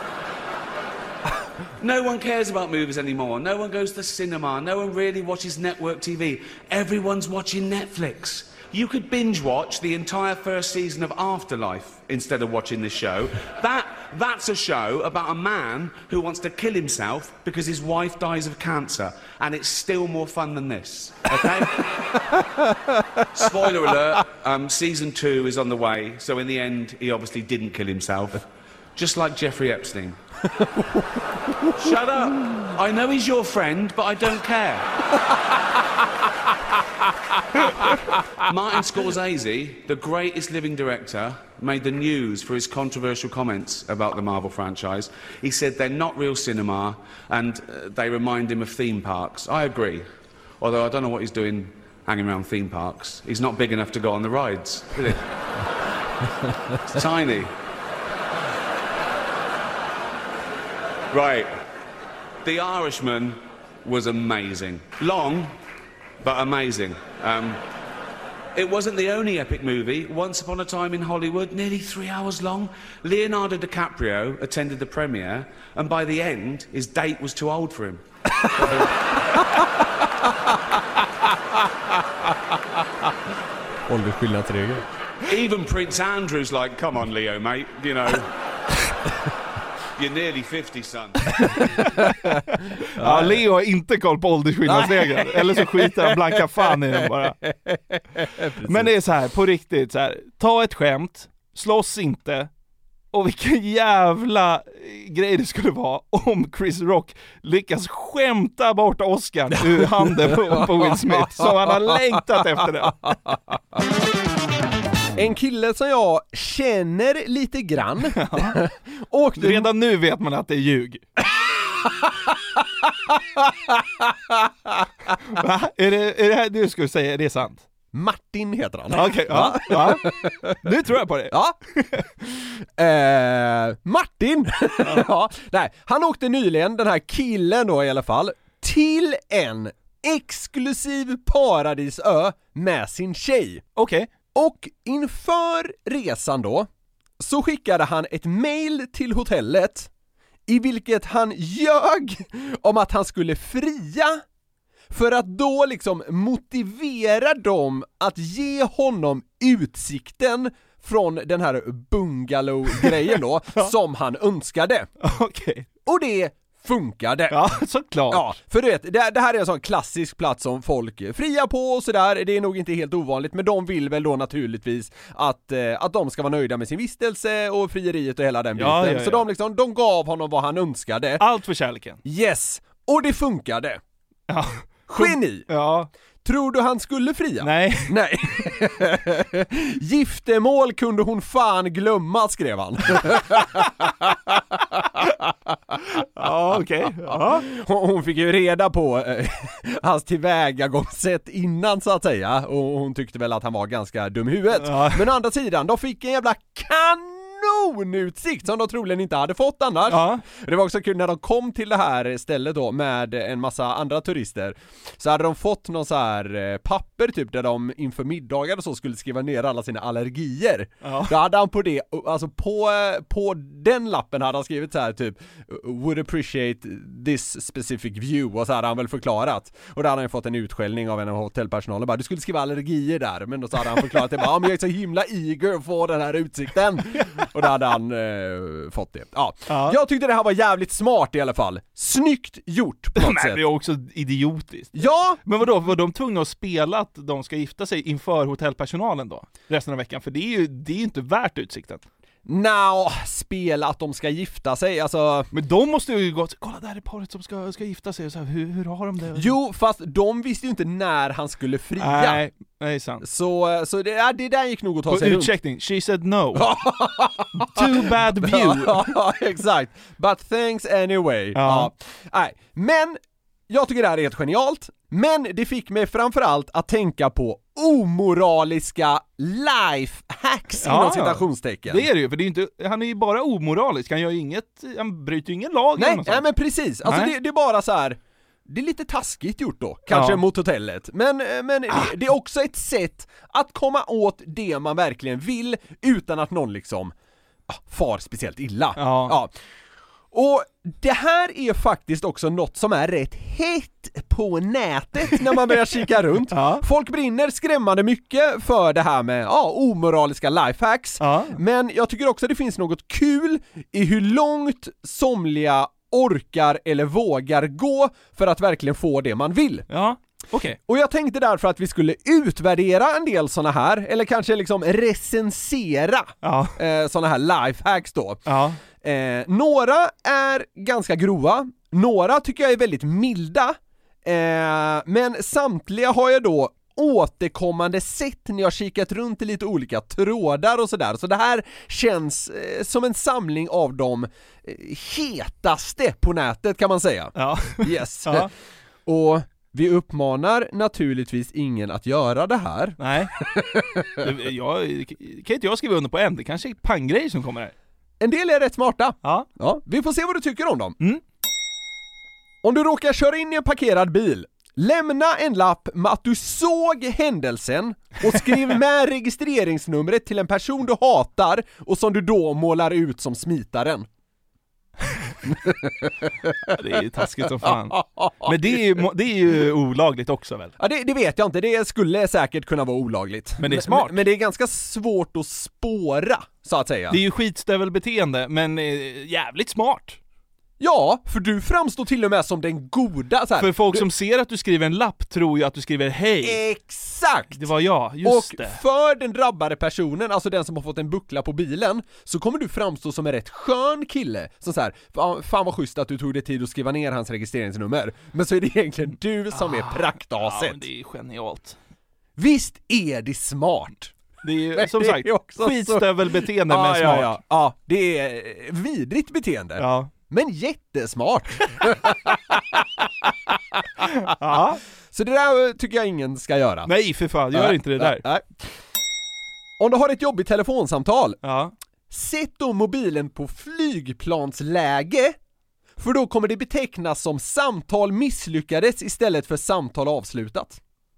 No one cares about movies anymore. No one goes to the cinema. No one really watches network TV. Everyone's watching Netflix. You could binge watch the entire first season of Afterlife instead of watching this show. That's a show about a man who wants to kill himself because his wife dies of cancer. And it's still more fun than this. Okay? Spoiler alert, season 2 is on the way. So in the end, he obviously didn't kill himself. Just like Jeffrey Epstein. Shut up. I know he's your friend, but I don't care. Martin Scorsese, the greatest living director, made the news for his controversial comments about the Marvel franchise. He said they're not real cinema and they remind him of theme parks. I agree. Although I don't know what he's doing hanging around theme parks. He's not big enough to go on the rides, is he? It's tiny. Right. The Irishman was amazing. Long, but amazing. It wasn't the only epic movie. Once Upon a Time in Hollywood, nearly 3 hours long. Leonardo DiCaprio attended the premiere, and by the end, his date was too old for him. Even Prince Andrew's like, come on, Leo, mate, you know. You're nearly 50, son. Ja, Leo har inte koll på åldersskillnadsregeln. Eller så skiter han blanka fan i den bara. Men det är så här, på riktigt så här, ta ett skämt, slåss inte. Och vilken jävla grej det skulle vara om Chris Rock lyckas skämta bort Oscar ur handen på Will Smith. Så han har längtat efter det. En kille som jag känner lite grann. Redan nu vet man att det är ljug. Va? Är det här du skulle säga, är det sant? Martin heter han. Okej, ja. Nu tror jag på det. Ja. Martin. Ja. Nej, han åkte nyligen, den här killen då i alla fall, till en exklusiv paradisö med sin tjej. Okej. Och inför resan då så skickade han ett mail till hotellet i vilket han ljög om att han skulle fria för att då liksom motivera dem att ge honom utsikten från den här bungalow-grejen då som han önskade. Okej. Och det funkar det. Ja, såklart. Ja, för du vet, det här är en sån klassisk plats som folk friar på och sådär. Det är nog inte helt ovanligt, men de vill väl då naturligtvis att de ska vara nöjda med sin vistelse och frieriet och hela den biten. Ja. Så de gav honom vad han önskade. Allt för kärleken. Yes, och det funkade. Ja. Geni! Ja. Tror du han skulle fria? Nej. Giftermål kunde hon fan glömma, skrev han. Ja, okej. Ja. Hon fick ju reda på hans tillvägagångssätt innan, så att säga. Och hon tyckte väl att han var ganska dum i huvudet. Ja. Men å andra sidan, de fick en jävla kanonutsikt som de troligen inte hade fått annars. Ja. Det var också kul när de kom till det här stället då med en massa andra turister, så hade de fått någon så här papper typ där de inför middagar och så skulle skriva ner alla sina allergier. Ja. Då hade han på det, alltså på den lappen hade han skrivit så här typ would appreciate this specific view, och så hade han väl förklarat. Och då hade han fått en utskällning av en av hotellpersonalen, bara du skulle skriva allergier där, men då så hade han förklarat det, bara men jag är så himla eager att få den här utsikten. Och då hade han fått det. Ja. Jag tyckte det här var jävligt smart i alla fall. Snyggt gjort på något sätt. Men det är också idiotiskt. Ja! Men vadå, var de tvungna att spela att de ska gifta sig inför hotellpersonalen då? Resten av veckan? För det är ju inte värt utsikten. Spela att de ska gifta sig, alltså. Men de måste ju gå, kolla där är paret som ska gifta sig, så här, hur har de det? Jo, fast de visste ju inte när han skulle fria. Nej, det är sant. Så det där gick nog att ta sig runt. Utcheckning, she said no. Too bad view. Ja, exakt. But thanks anyway. Ja. Nej, men jag tycker det här är helt genialt. Men det fick mig framförallt att tänka på omoraliska lifehacks inom citationstecken. Det är det ju, för det är inte, han är ju bara omoralisk. Han bryter ju ingen lag. Nej, men precis. Alltså det är bara så här. Det är lite taskigt gjort då, kanske mot hotellet. Men det är också ett sätt att komma åt det man verkligen vill utan att någon liksom far speciellt illa. Ja. Och det här är faktiskt också något som är rätt hett på nätet när man börjar kika runt. Folk brinner skrämmande mycket för det här med omoraliska lifehacks. Men jag tycker också att det finns något kul i hur långt somliga orkar eller vågar gå för att verkligen få det man vill. Ja. Okay. Och jag tänkte därför att vi skulle utvärdera en del såna här, eller kanske liksom recensera såna här lifehacks då. Några är ganska grova, några tycker jag är väldigt milda, men samtliga har jag då återkommande sätt när jag kikat runt i lite olika trådar och sådär. Så det här känns som en samling av de hetaste på nätet, kan man säga. Yes. Och vi uppmanar naturligtvis ingen att göra det här. Nej. Kan inte jag skriva under på en? Det kanske är panggrej som kommer här. En del är rätt smarta. Ja, vi får se vad du tycker om dem. Om du råkar köra in i en parkerad bil, lämna en lapp med att du såg händelsen och skriv med registreringsnumret till en person du hatar och som du då målar ut som smitaren. Det är ju taskigt som fan. Men det är ju olagligt också väl? Ja, det vet jag inte. Det skulle säkert kunna vara olagligt. Men det är smart. Men det är ganska svårt att spåra, så att säga. Det är ju skitstövelbeteende, men jävligt smart. Ja, för du framstår till och med som den goda så här. För folk som ser att du skriver en lapp tror ju att du skriver hej. Exakt! Det var jag, just det. Och för den drabbade personen, alltså den som har fått en buckla på bilen, så kommer du framstå som en rätt skön kille. Så här, fan vad schysst att du tog dig tid att skriva ner hans registreringsnummer. Men så är det egentligen du som är praktaset. Ja, det är genialt. Visst är det smart? Det är ju, som sagt, skitstövelbeteende men smart. Ja, det är vidrigt beteende. Ja. Men jättesmart. Så det där tycker jag ingen ska göra. Nej, för fan, gör inte det där. Nej. Om du har ett jobbigt telefonsamtal, sätt då mobilen på flygplansläge, för då kommer det betecknas som samtal misslyckades istället för samtal avslutat.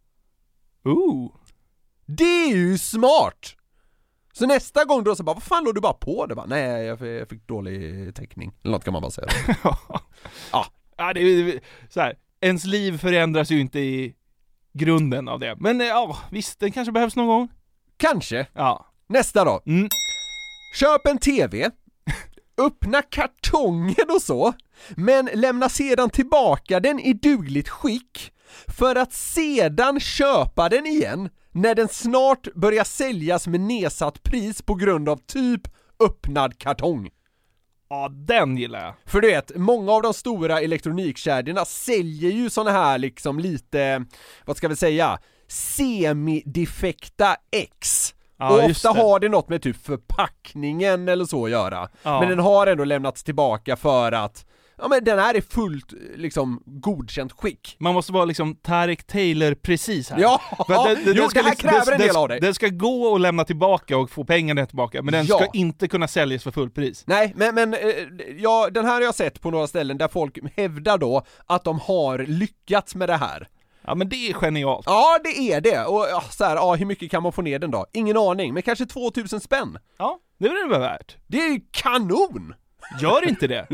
Det är ju smart. Så nästa gång då så bara, vad fan låg du bara på? Det bara, nej, jag fick dålig täckning. Eller något kan man bara säga. Ja, det är så här. Ens liv förändras ju inte i grunden av det. Men visst, den kanske behövs någon gång. Kanske. Ja. Nästa då. Köp en TV. Öppna kartongen och så. men lämna sedan tillbaka den i dugligt skick för att sedan köpa den igen när den snart börjar säljas med nedsatt pris på grund av typ öppnad kartong. Ja, den gillar jag. För du vet, många av de stora elektronikkedjorna säljer ju såna här liksom lite, vad ska vi säga, semidefekta X. Ja, och ofta har det något med typ förpackningen eller så att göra. Ja. Men den har ändå lämnats tillbaka för att men den här är fullt liksom godkänt skick. Man måste vara liksom Tarek Taylor precis här. Ja, det här kräver en del av dig. Den ska gå och lämna tillbaka och få pengarna tillbaka, men den ska inte kunna säljas för full pris. Nej, men den här har jag sett på några ställen där folk hävdar då att de har lyckats med det här. Ja, men det är genialt. Ja, det är det. Och så här, hur mycket kan man få ner den då? Ingen aning, men kanske 2000 spänn. Ja, det är väl värt. Det är ju kanon! Gör inte det.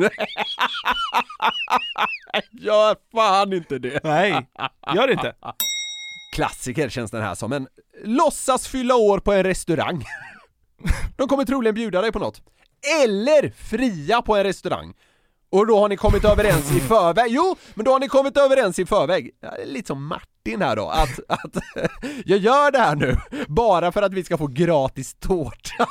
Gör fan inte det. Nej, gör inte. Klassiker känns den här som, en låtsas fylla år på en restaurang. De kommer troligen bjuda dig på något. Eller fria på en restaurang. Och då har ni kommit överens i förväg. Jo, men då har ni kommit överens i förväg. Lite som Martin här då. Att jag gör det här nu bara för att vi ska få gratis tårta.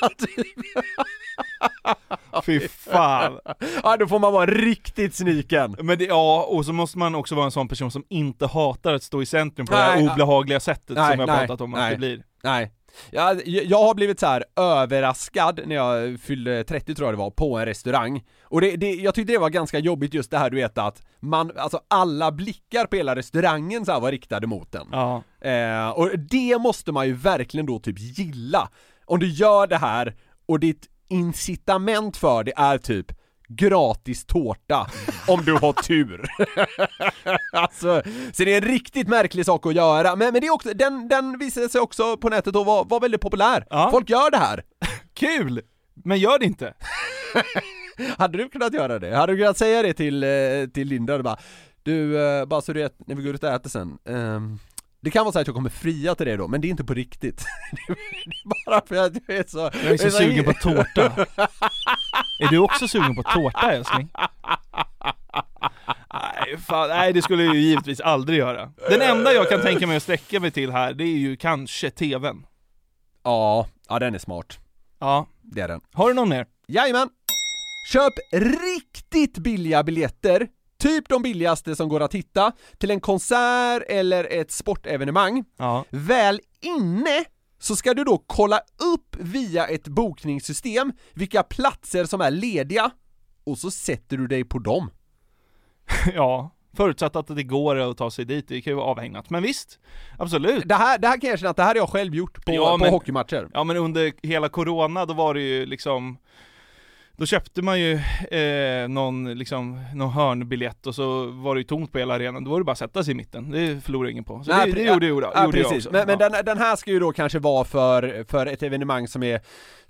Fy fan. Ja, då får man vara riktigt sniken. Men och så måste man också vara en sån person som inte hatar att stå i centrum på det här obehagliga sättet som jag pratat om att det blir. Nej. Jag har blivit så här överraskad när jag fyllde 30 tror jag det var, på en restaurang. Och jag tyckte det var ganska jobbigt just det här, du vet, att alla blickar på hela restaurangen så här var riktade mot den. Ja. Och det måste man ju verkligen då typ gilla. Om du gör det här och ditt incitament för det är typ gratis tårta om du har tur. Alltså, så det är en riktigt märklig sak att göra. Men det är också, den visade sig också på nätet och var väldigt populär. Ja. Folk gör det här. Kul! Men gör det inte. Hade du kunnat göra det? Hade du kunnat säga det till Linda? Du, bara så du vet, när vi går ut och äter sen, det kan vara så att jag kommer fria till det då, men det är inte på riktigt. Det är bara för att jag är så... Jag är så sugen på tårta. Är du också sugen på tårta, älskling? Nej, det skulle jag ju givetvis aldrig göra. Den enda jag kan tänka mig att sträcka mig till här, det är ju kanske tvn. Ja, den är smart. Ja, det är den. Har du någon mer? Jajamän. Köp riktigt billiga biljetter, typ de billigaste som går att hitta, till en konsert eller ett sportevenemang. Ja. Väl inne så ska du då kolla upp via ett bokningssystem vilka platser som är lediga och så sätter du dig på dem. Ja, förutsatt att det går att ta sig dit, det kan ju vara avhängigt. Men visst, absolut. Det här kan jag känna att det här har jag själv gjort på hockeymatcher. Ja, men under hela corona då var det ju liksom... Då köpte man ju någon hörnbiljett och så var det ju tomt på hela arenan. Då var det bara att sätta sig i mitten. Det förlorade ingen på. Så det gjorde jag precis. också. Men den här ska ju då kanske vara för ett evenemang som är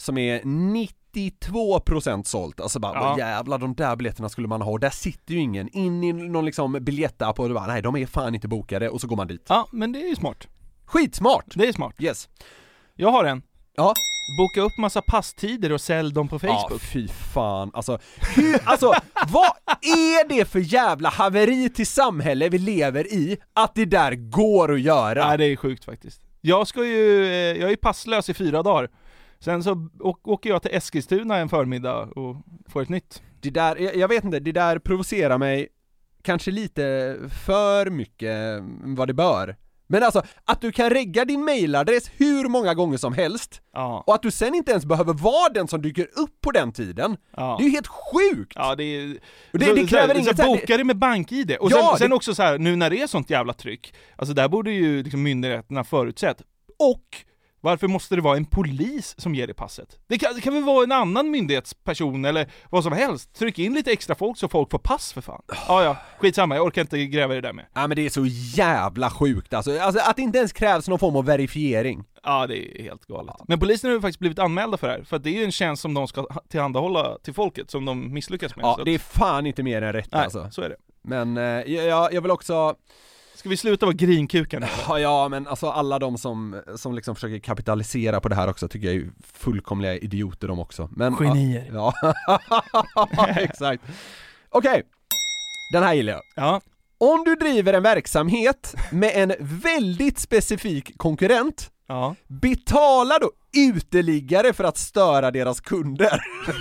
92% sålt. Alltså bara, jävlar, de där biljetterna skulle man ha. Och där sitter ju ingen in i någon liksom biljettapp och bara, nej, de är fan inte bokade. Och så går man dit. Ja, men det är ju smart. Skitsmart! Det är smart. Yes. Jag har en. Ja. Boka upp massa passtider och sälj dem på Facebook. Ja, fy fan. Alltså, vad är det för jävla haveri till samhälle vi lever i att det där går att göra? Nej, det är sjukt faktiskt. Jag är ju passlös i 4 dagar. Sen så åker jag till Eskilstuna en förmiddag och får ett nytt. Det där, jag vet inte, det där provocerar mig kanske lite för mycket vad det bör. Men alltså, att du kan regga din mailadress hur många gånger som helst och att du sen inte ens behöver vara den som dyker upp på den tiden. Det är ju helt sjukt! Ja, det kräver inget... Så boka det med bank-ID. Och sen också så här, nu när det är sånt jävla tryck, alltså där borde ju liksom myndigheterna förutsett. Och varför måste det vara en polis som ger det passet? Det kan väl vara en annan myndighetsperson eller vad som helst. Tryck in lite extra folk så folk får pass för fan. Ja, skitsamma, jag orkar inte gräva det där med. Ja, men det är så jävla sjukt alltså att det inte ens krävs någon form av verifiering. Ja, det är helt galet. Men polisen har ju faktiskt blivit anmälda för det här. För att det är ju en tjänst som de ska tillhandahålla till folket som de misslyckas med. Ja, det är fan inte mer än rätt. Nej, alltså. Så är det. Men jag vill också... Ska vi sluta vara grinkukan? Ja, men alltså alla de som liksom försöker kapitalisera på det här också tycker jag är fullkomliga idioter de också. Men, genier. Ja, exakt. Okej. Den här gillar jag. Ja. Om du driver en verksamhet med en väldigt specifik konkurrent, betala då uteliggare för att störa deras kunder.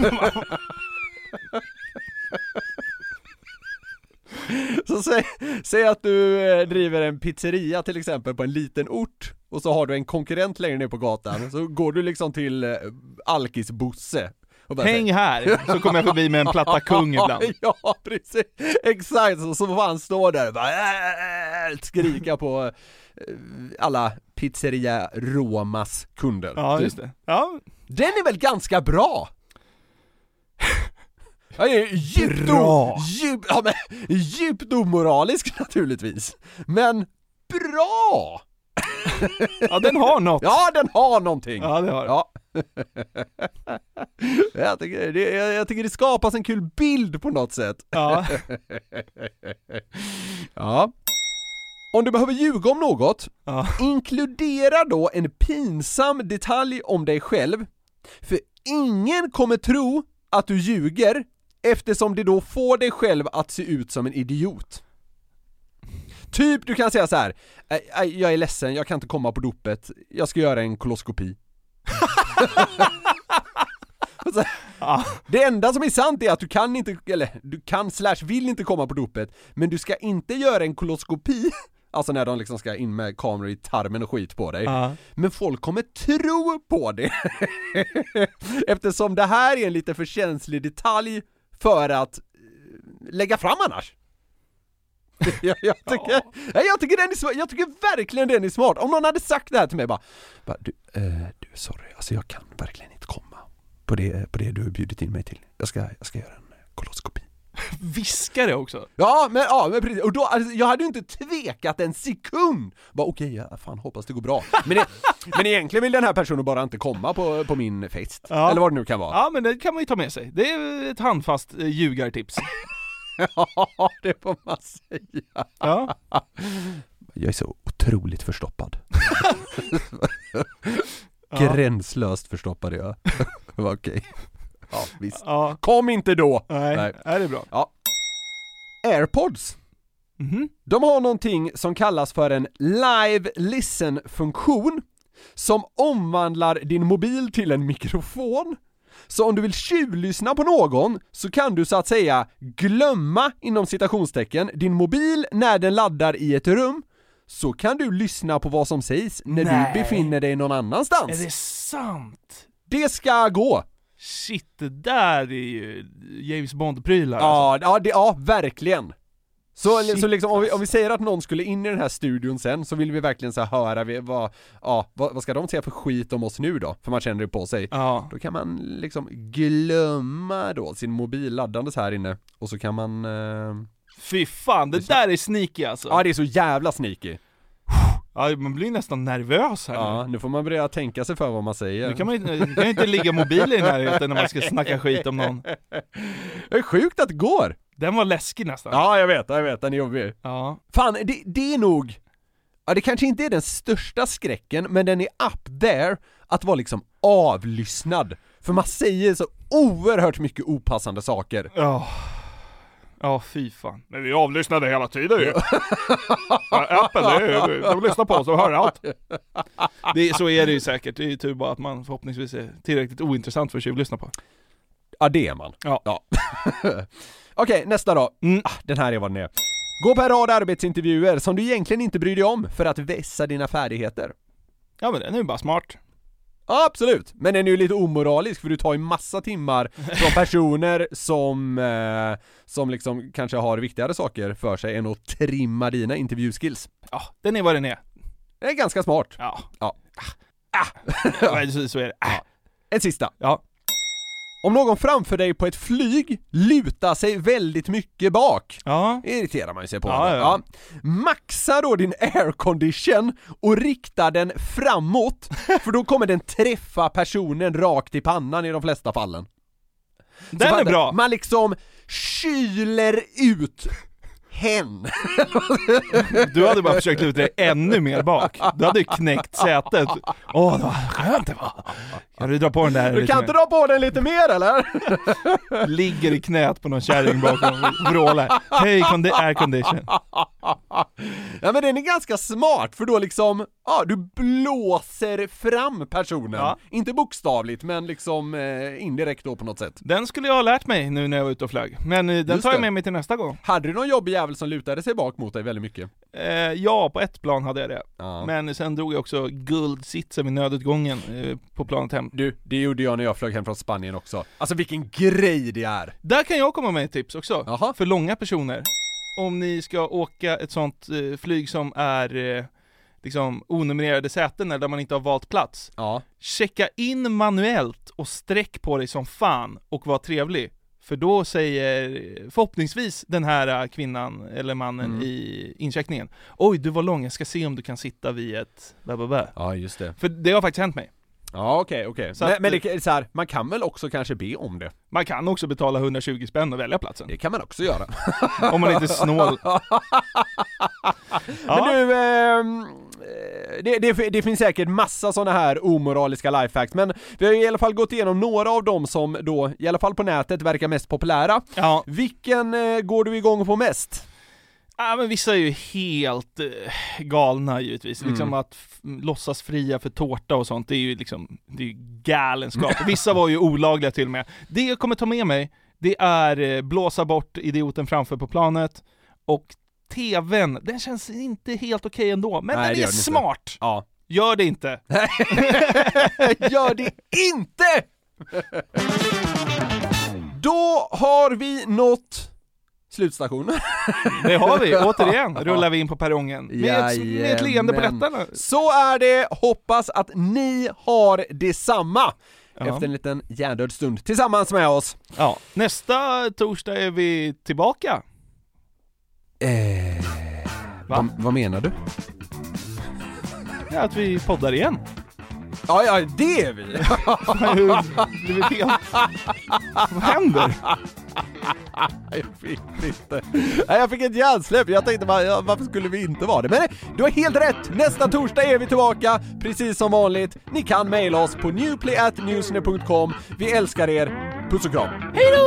Så säg att du driver en pizzeria till exempel på en liten ort och så har du en konkurrent längre ner på gatan, så går du liksom till Alkis Bosse. Häng här, så kommer jag förbi med en platta kung ibland. Ja, precis. Exakt, så får han stå där och bara skrika på alla pizzeria Romas kunder. Ja, just det. Ja. Den är väl ganska bra? Ja, djupt omoralisk naturligtvis. Men bra! Ja, den har något. Ja, den har någonting. Ja, det har. Ja. Jag tycker det skapas en kul bild på något sätt. Ja. Ja. Om du behöver ljuga om något, inkludera då en pinsam detalj om dig själv. För ingen kommer tro att du ljuger, eftersom det då får dig själv att se ut som en idiot. Typ du kan säga så här: jag är ledsen, jag kan inte komma på dopet. Jag ska göra en koloskopi. Det enda som är sant är att du kan inte, eller du kan / vill inte komma på dopet, men du ska inte göra en koloskopi. Alltså när de liksom ska in med kameror i tarmen och skit på dig. Men folk kommer tro på det. Eftersom det här är en lite för känslig detalj för att lägga fram annars. Jag tycker verkligen den är smart. Om någon hade sagt det här till mig bara du sorry, alltså jag kan verkligen inte komma på det du har bjudit in mig till. Jag ska göra en koloskopi. Viskar det också? Ja, men precis. Och då, alltså, jag hade ju inte tvekat en sekund. Bara okej, fan hoppas det går bra. Men egentligen vill den här personen bara inte komma på min fest. Ja. Eller vad det nu kan vara. Ja, men det kan man ju ta med sig. Det är ett handfast ljugartips. Ja, det får man säga. Ja. Jag är så otroligt förstoppad. Gränslöst förstoppad jag. Det var okej. Ja, visst. Ja. Kom inte då. Nej. Är det bra? Ja. AirPods. De har någonting som kallas för en live listen-funktion som omvandlar din mobil till en mikrofon. Så om du vill tjuvlyssna på någon så kan du så att säga glömma inom citationstecken din mobil när den laddar i ett rum, så kan du lyssna på vad som sägs när du befinner dig någon annanstans. Är det sant? Det ska gå. Shit, det där är ju James Bond-prylar. Ja, alltså. Ja, verkligen. Så liksom, om vi säger att någon skulle in i den här studion sen, så vill vi verkligen så höra vad ska de säga för skit om oss nu då? För man känner det på sig. Ja. Då kan man liksom glömma då sin mobil laddandes här inne. Och så kan man... Fy fan, det där är sneaky alltså. Ja, det är så jävla sneaky. Ja, man blir nästan nervös här. Ja, nu får man börja tänka sig för vad man säger. Nu kan man inte ligga mobil i närheten när man ska snacka skit om någon. Det är sjukt att det går. Den var läskig nästan. Ja, jag vet, den är jobbig. Ja. Fan, det är nog... Ja, det kanske inte är den största skräcken, men den är up there att vara liksom avlyssnad. För man säger så oerhört mycket opassande saker. Ja, fy fan. Men vi avlyssnade hela tiden ju. Apple, de lyssnar på oss och hör allt. Så är det ju säkert. Det är ju tur bara att man förhoppningsvis är tillräckligt ointressant för att tjuvlyssna på. Ja, det är man. Ja. Okej, nästa då. Den här är vad den är. Gå på en rad arbetsintervjuer som du egentligen inte bryr dig om för att vässa dina färdigheter. Ja, men den är ju bara smart. Ja, absolut. Men den är ju lite omoralisk, för du tar ju massa timmar från personer som liksom kanske har viktigare saker för sig än att trimma dina intervjuskills. Ja, den är vad den är. Det är ganska smart. Ja. Så är det. En sista. Ja. Om någon framför dig på ett flyg lutar sig väldigt mycket bak, irriterar man sig på. Ja. Maxa då din aircondition och rikta den framåt, för då kommer den träffa personen rakt i pannan i de flesta fallen. Den är bra. Man liksom kyler ut hen. Du hade bara försökt luta dig ännu mer bak. Du hade knäckt sätet. Åh, det var skönt det var. Kan du dra på den där? Du kan inte dra på den lite mer, eller? Ligger i knät på någon kärring bakom och vrålar. Hej, air condition. Ja, men den är ganska smart, för då liksom, du blåser fram personen. Ja. Inte bokstavligt, men liksom indirekt då på något sätt. Den skulle jag ha lärt mig nu när jag var ute och flög. Men den tar jag med mig till nästa gång. Hade du någon jobbig jävel som lutade sig bak mot dig väldigt mycket? Ja, på ett plan hade jag det. Ja. Men sen drog jag också guldsitsen vid nödutgången på planet hem. Du, det gjorde jag när jag flög hem från Spanien också. Alltså vilken grej det är. Där kan jag komma med ett tips också. Aha. För långa personer. Om ni ska åka ett sånt flyg som är liksom onumrerade säten där man inte har valt plats. Ja. Checka in manuellt och sträck på dig som fan och var trevlig. För då säger förhoppningsvis den här kvinnan eller mannen i incheckningen: oj, du var lång, jag ska se om du kan sitta vid ett blablabla. Ja, just det. För det har faktiskt hänt mig. Ja, okej. Men det är så här, man kan väl också kanske be om det. Man kan också betala 120 spänn och välja platsen. Det kan man också göra. Om man inte är snål. Men du, det finns säkert massa såna här omoraliska lifehacks, men vi har i alla fall gått igenom några av dem som då, i alla fall på nätet, verkar mest populära. Ja. Vilken går du igång på mest? Ja, men vissa är ju helt galna givetvis. Liksom att låtsas fria för tårta och sånt, det är ju liksom, det är galenskap. Vissa var ju olagliga till och med. Det jag kommer ta med mig, det är blåsa bort idioten framför på planet. Och tvn, den känns inte helt okej ändå. Men nej, den är smart. Ja. Gör det inte. Gör det inte! Då har vi nått slutstationen. Det har vi, återigen rullar vi in på perrongen med ett leende på läpparna. Så är det, hoppas att ni har detsamma efter en liten hjärndöd stund tillsammans med oss. Ja, nästa torsdag är vi tillbaka. Vad menar du? Ja, att vi poddar igen. Ja, det är vi. Vad händer? Jag fick ett hjärnsläpp. Jag tänkte bara, varför skulle vi inte vara det? Men du har helt rätt. Nästa torsdag är vi tillbaka, precis som vanligt. Ni kan mejla oss på newplay@newsner.com. Vi älskar er. Puss och kram. Hej då!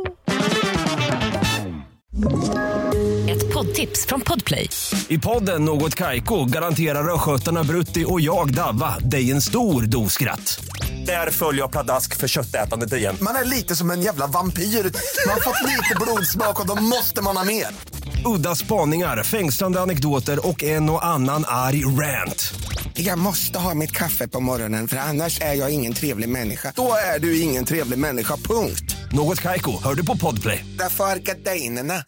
Ett poddtips från Podplay. I podden Något Kaiko garanterar röskötarna Brutti och jag Davva dig en stor doskratt. Där följer jag pladask för köttätandet igen. Man är lite som en jävla vampyr. Man har fått lite blodsmak och då måste man ha mer. Udda spaningar, fängslande anekdoter och en och annan arg rant. Jag måste ha mitt kaffe på morgonen, för annars är jag ingen trevlig människa. Då är du ingen trevlig människa, punkt. Något Kaiko, hör du på Podplay. Därför är gardinerna.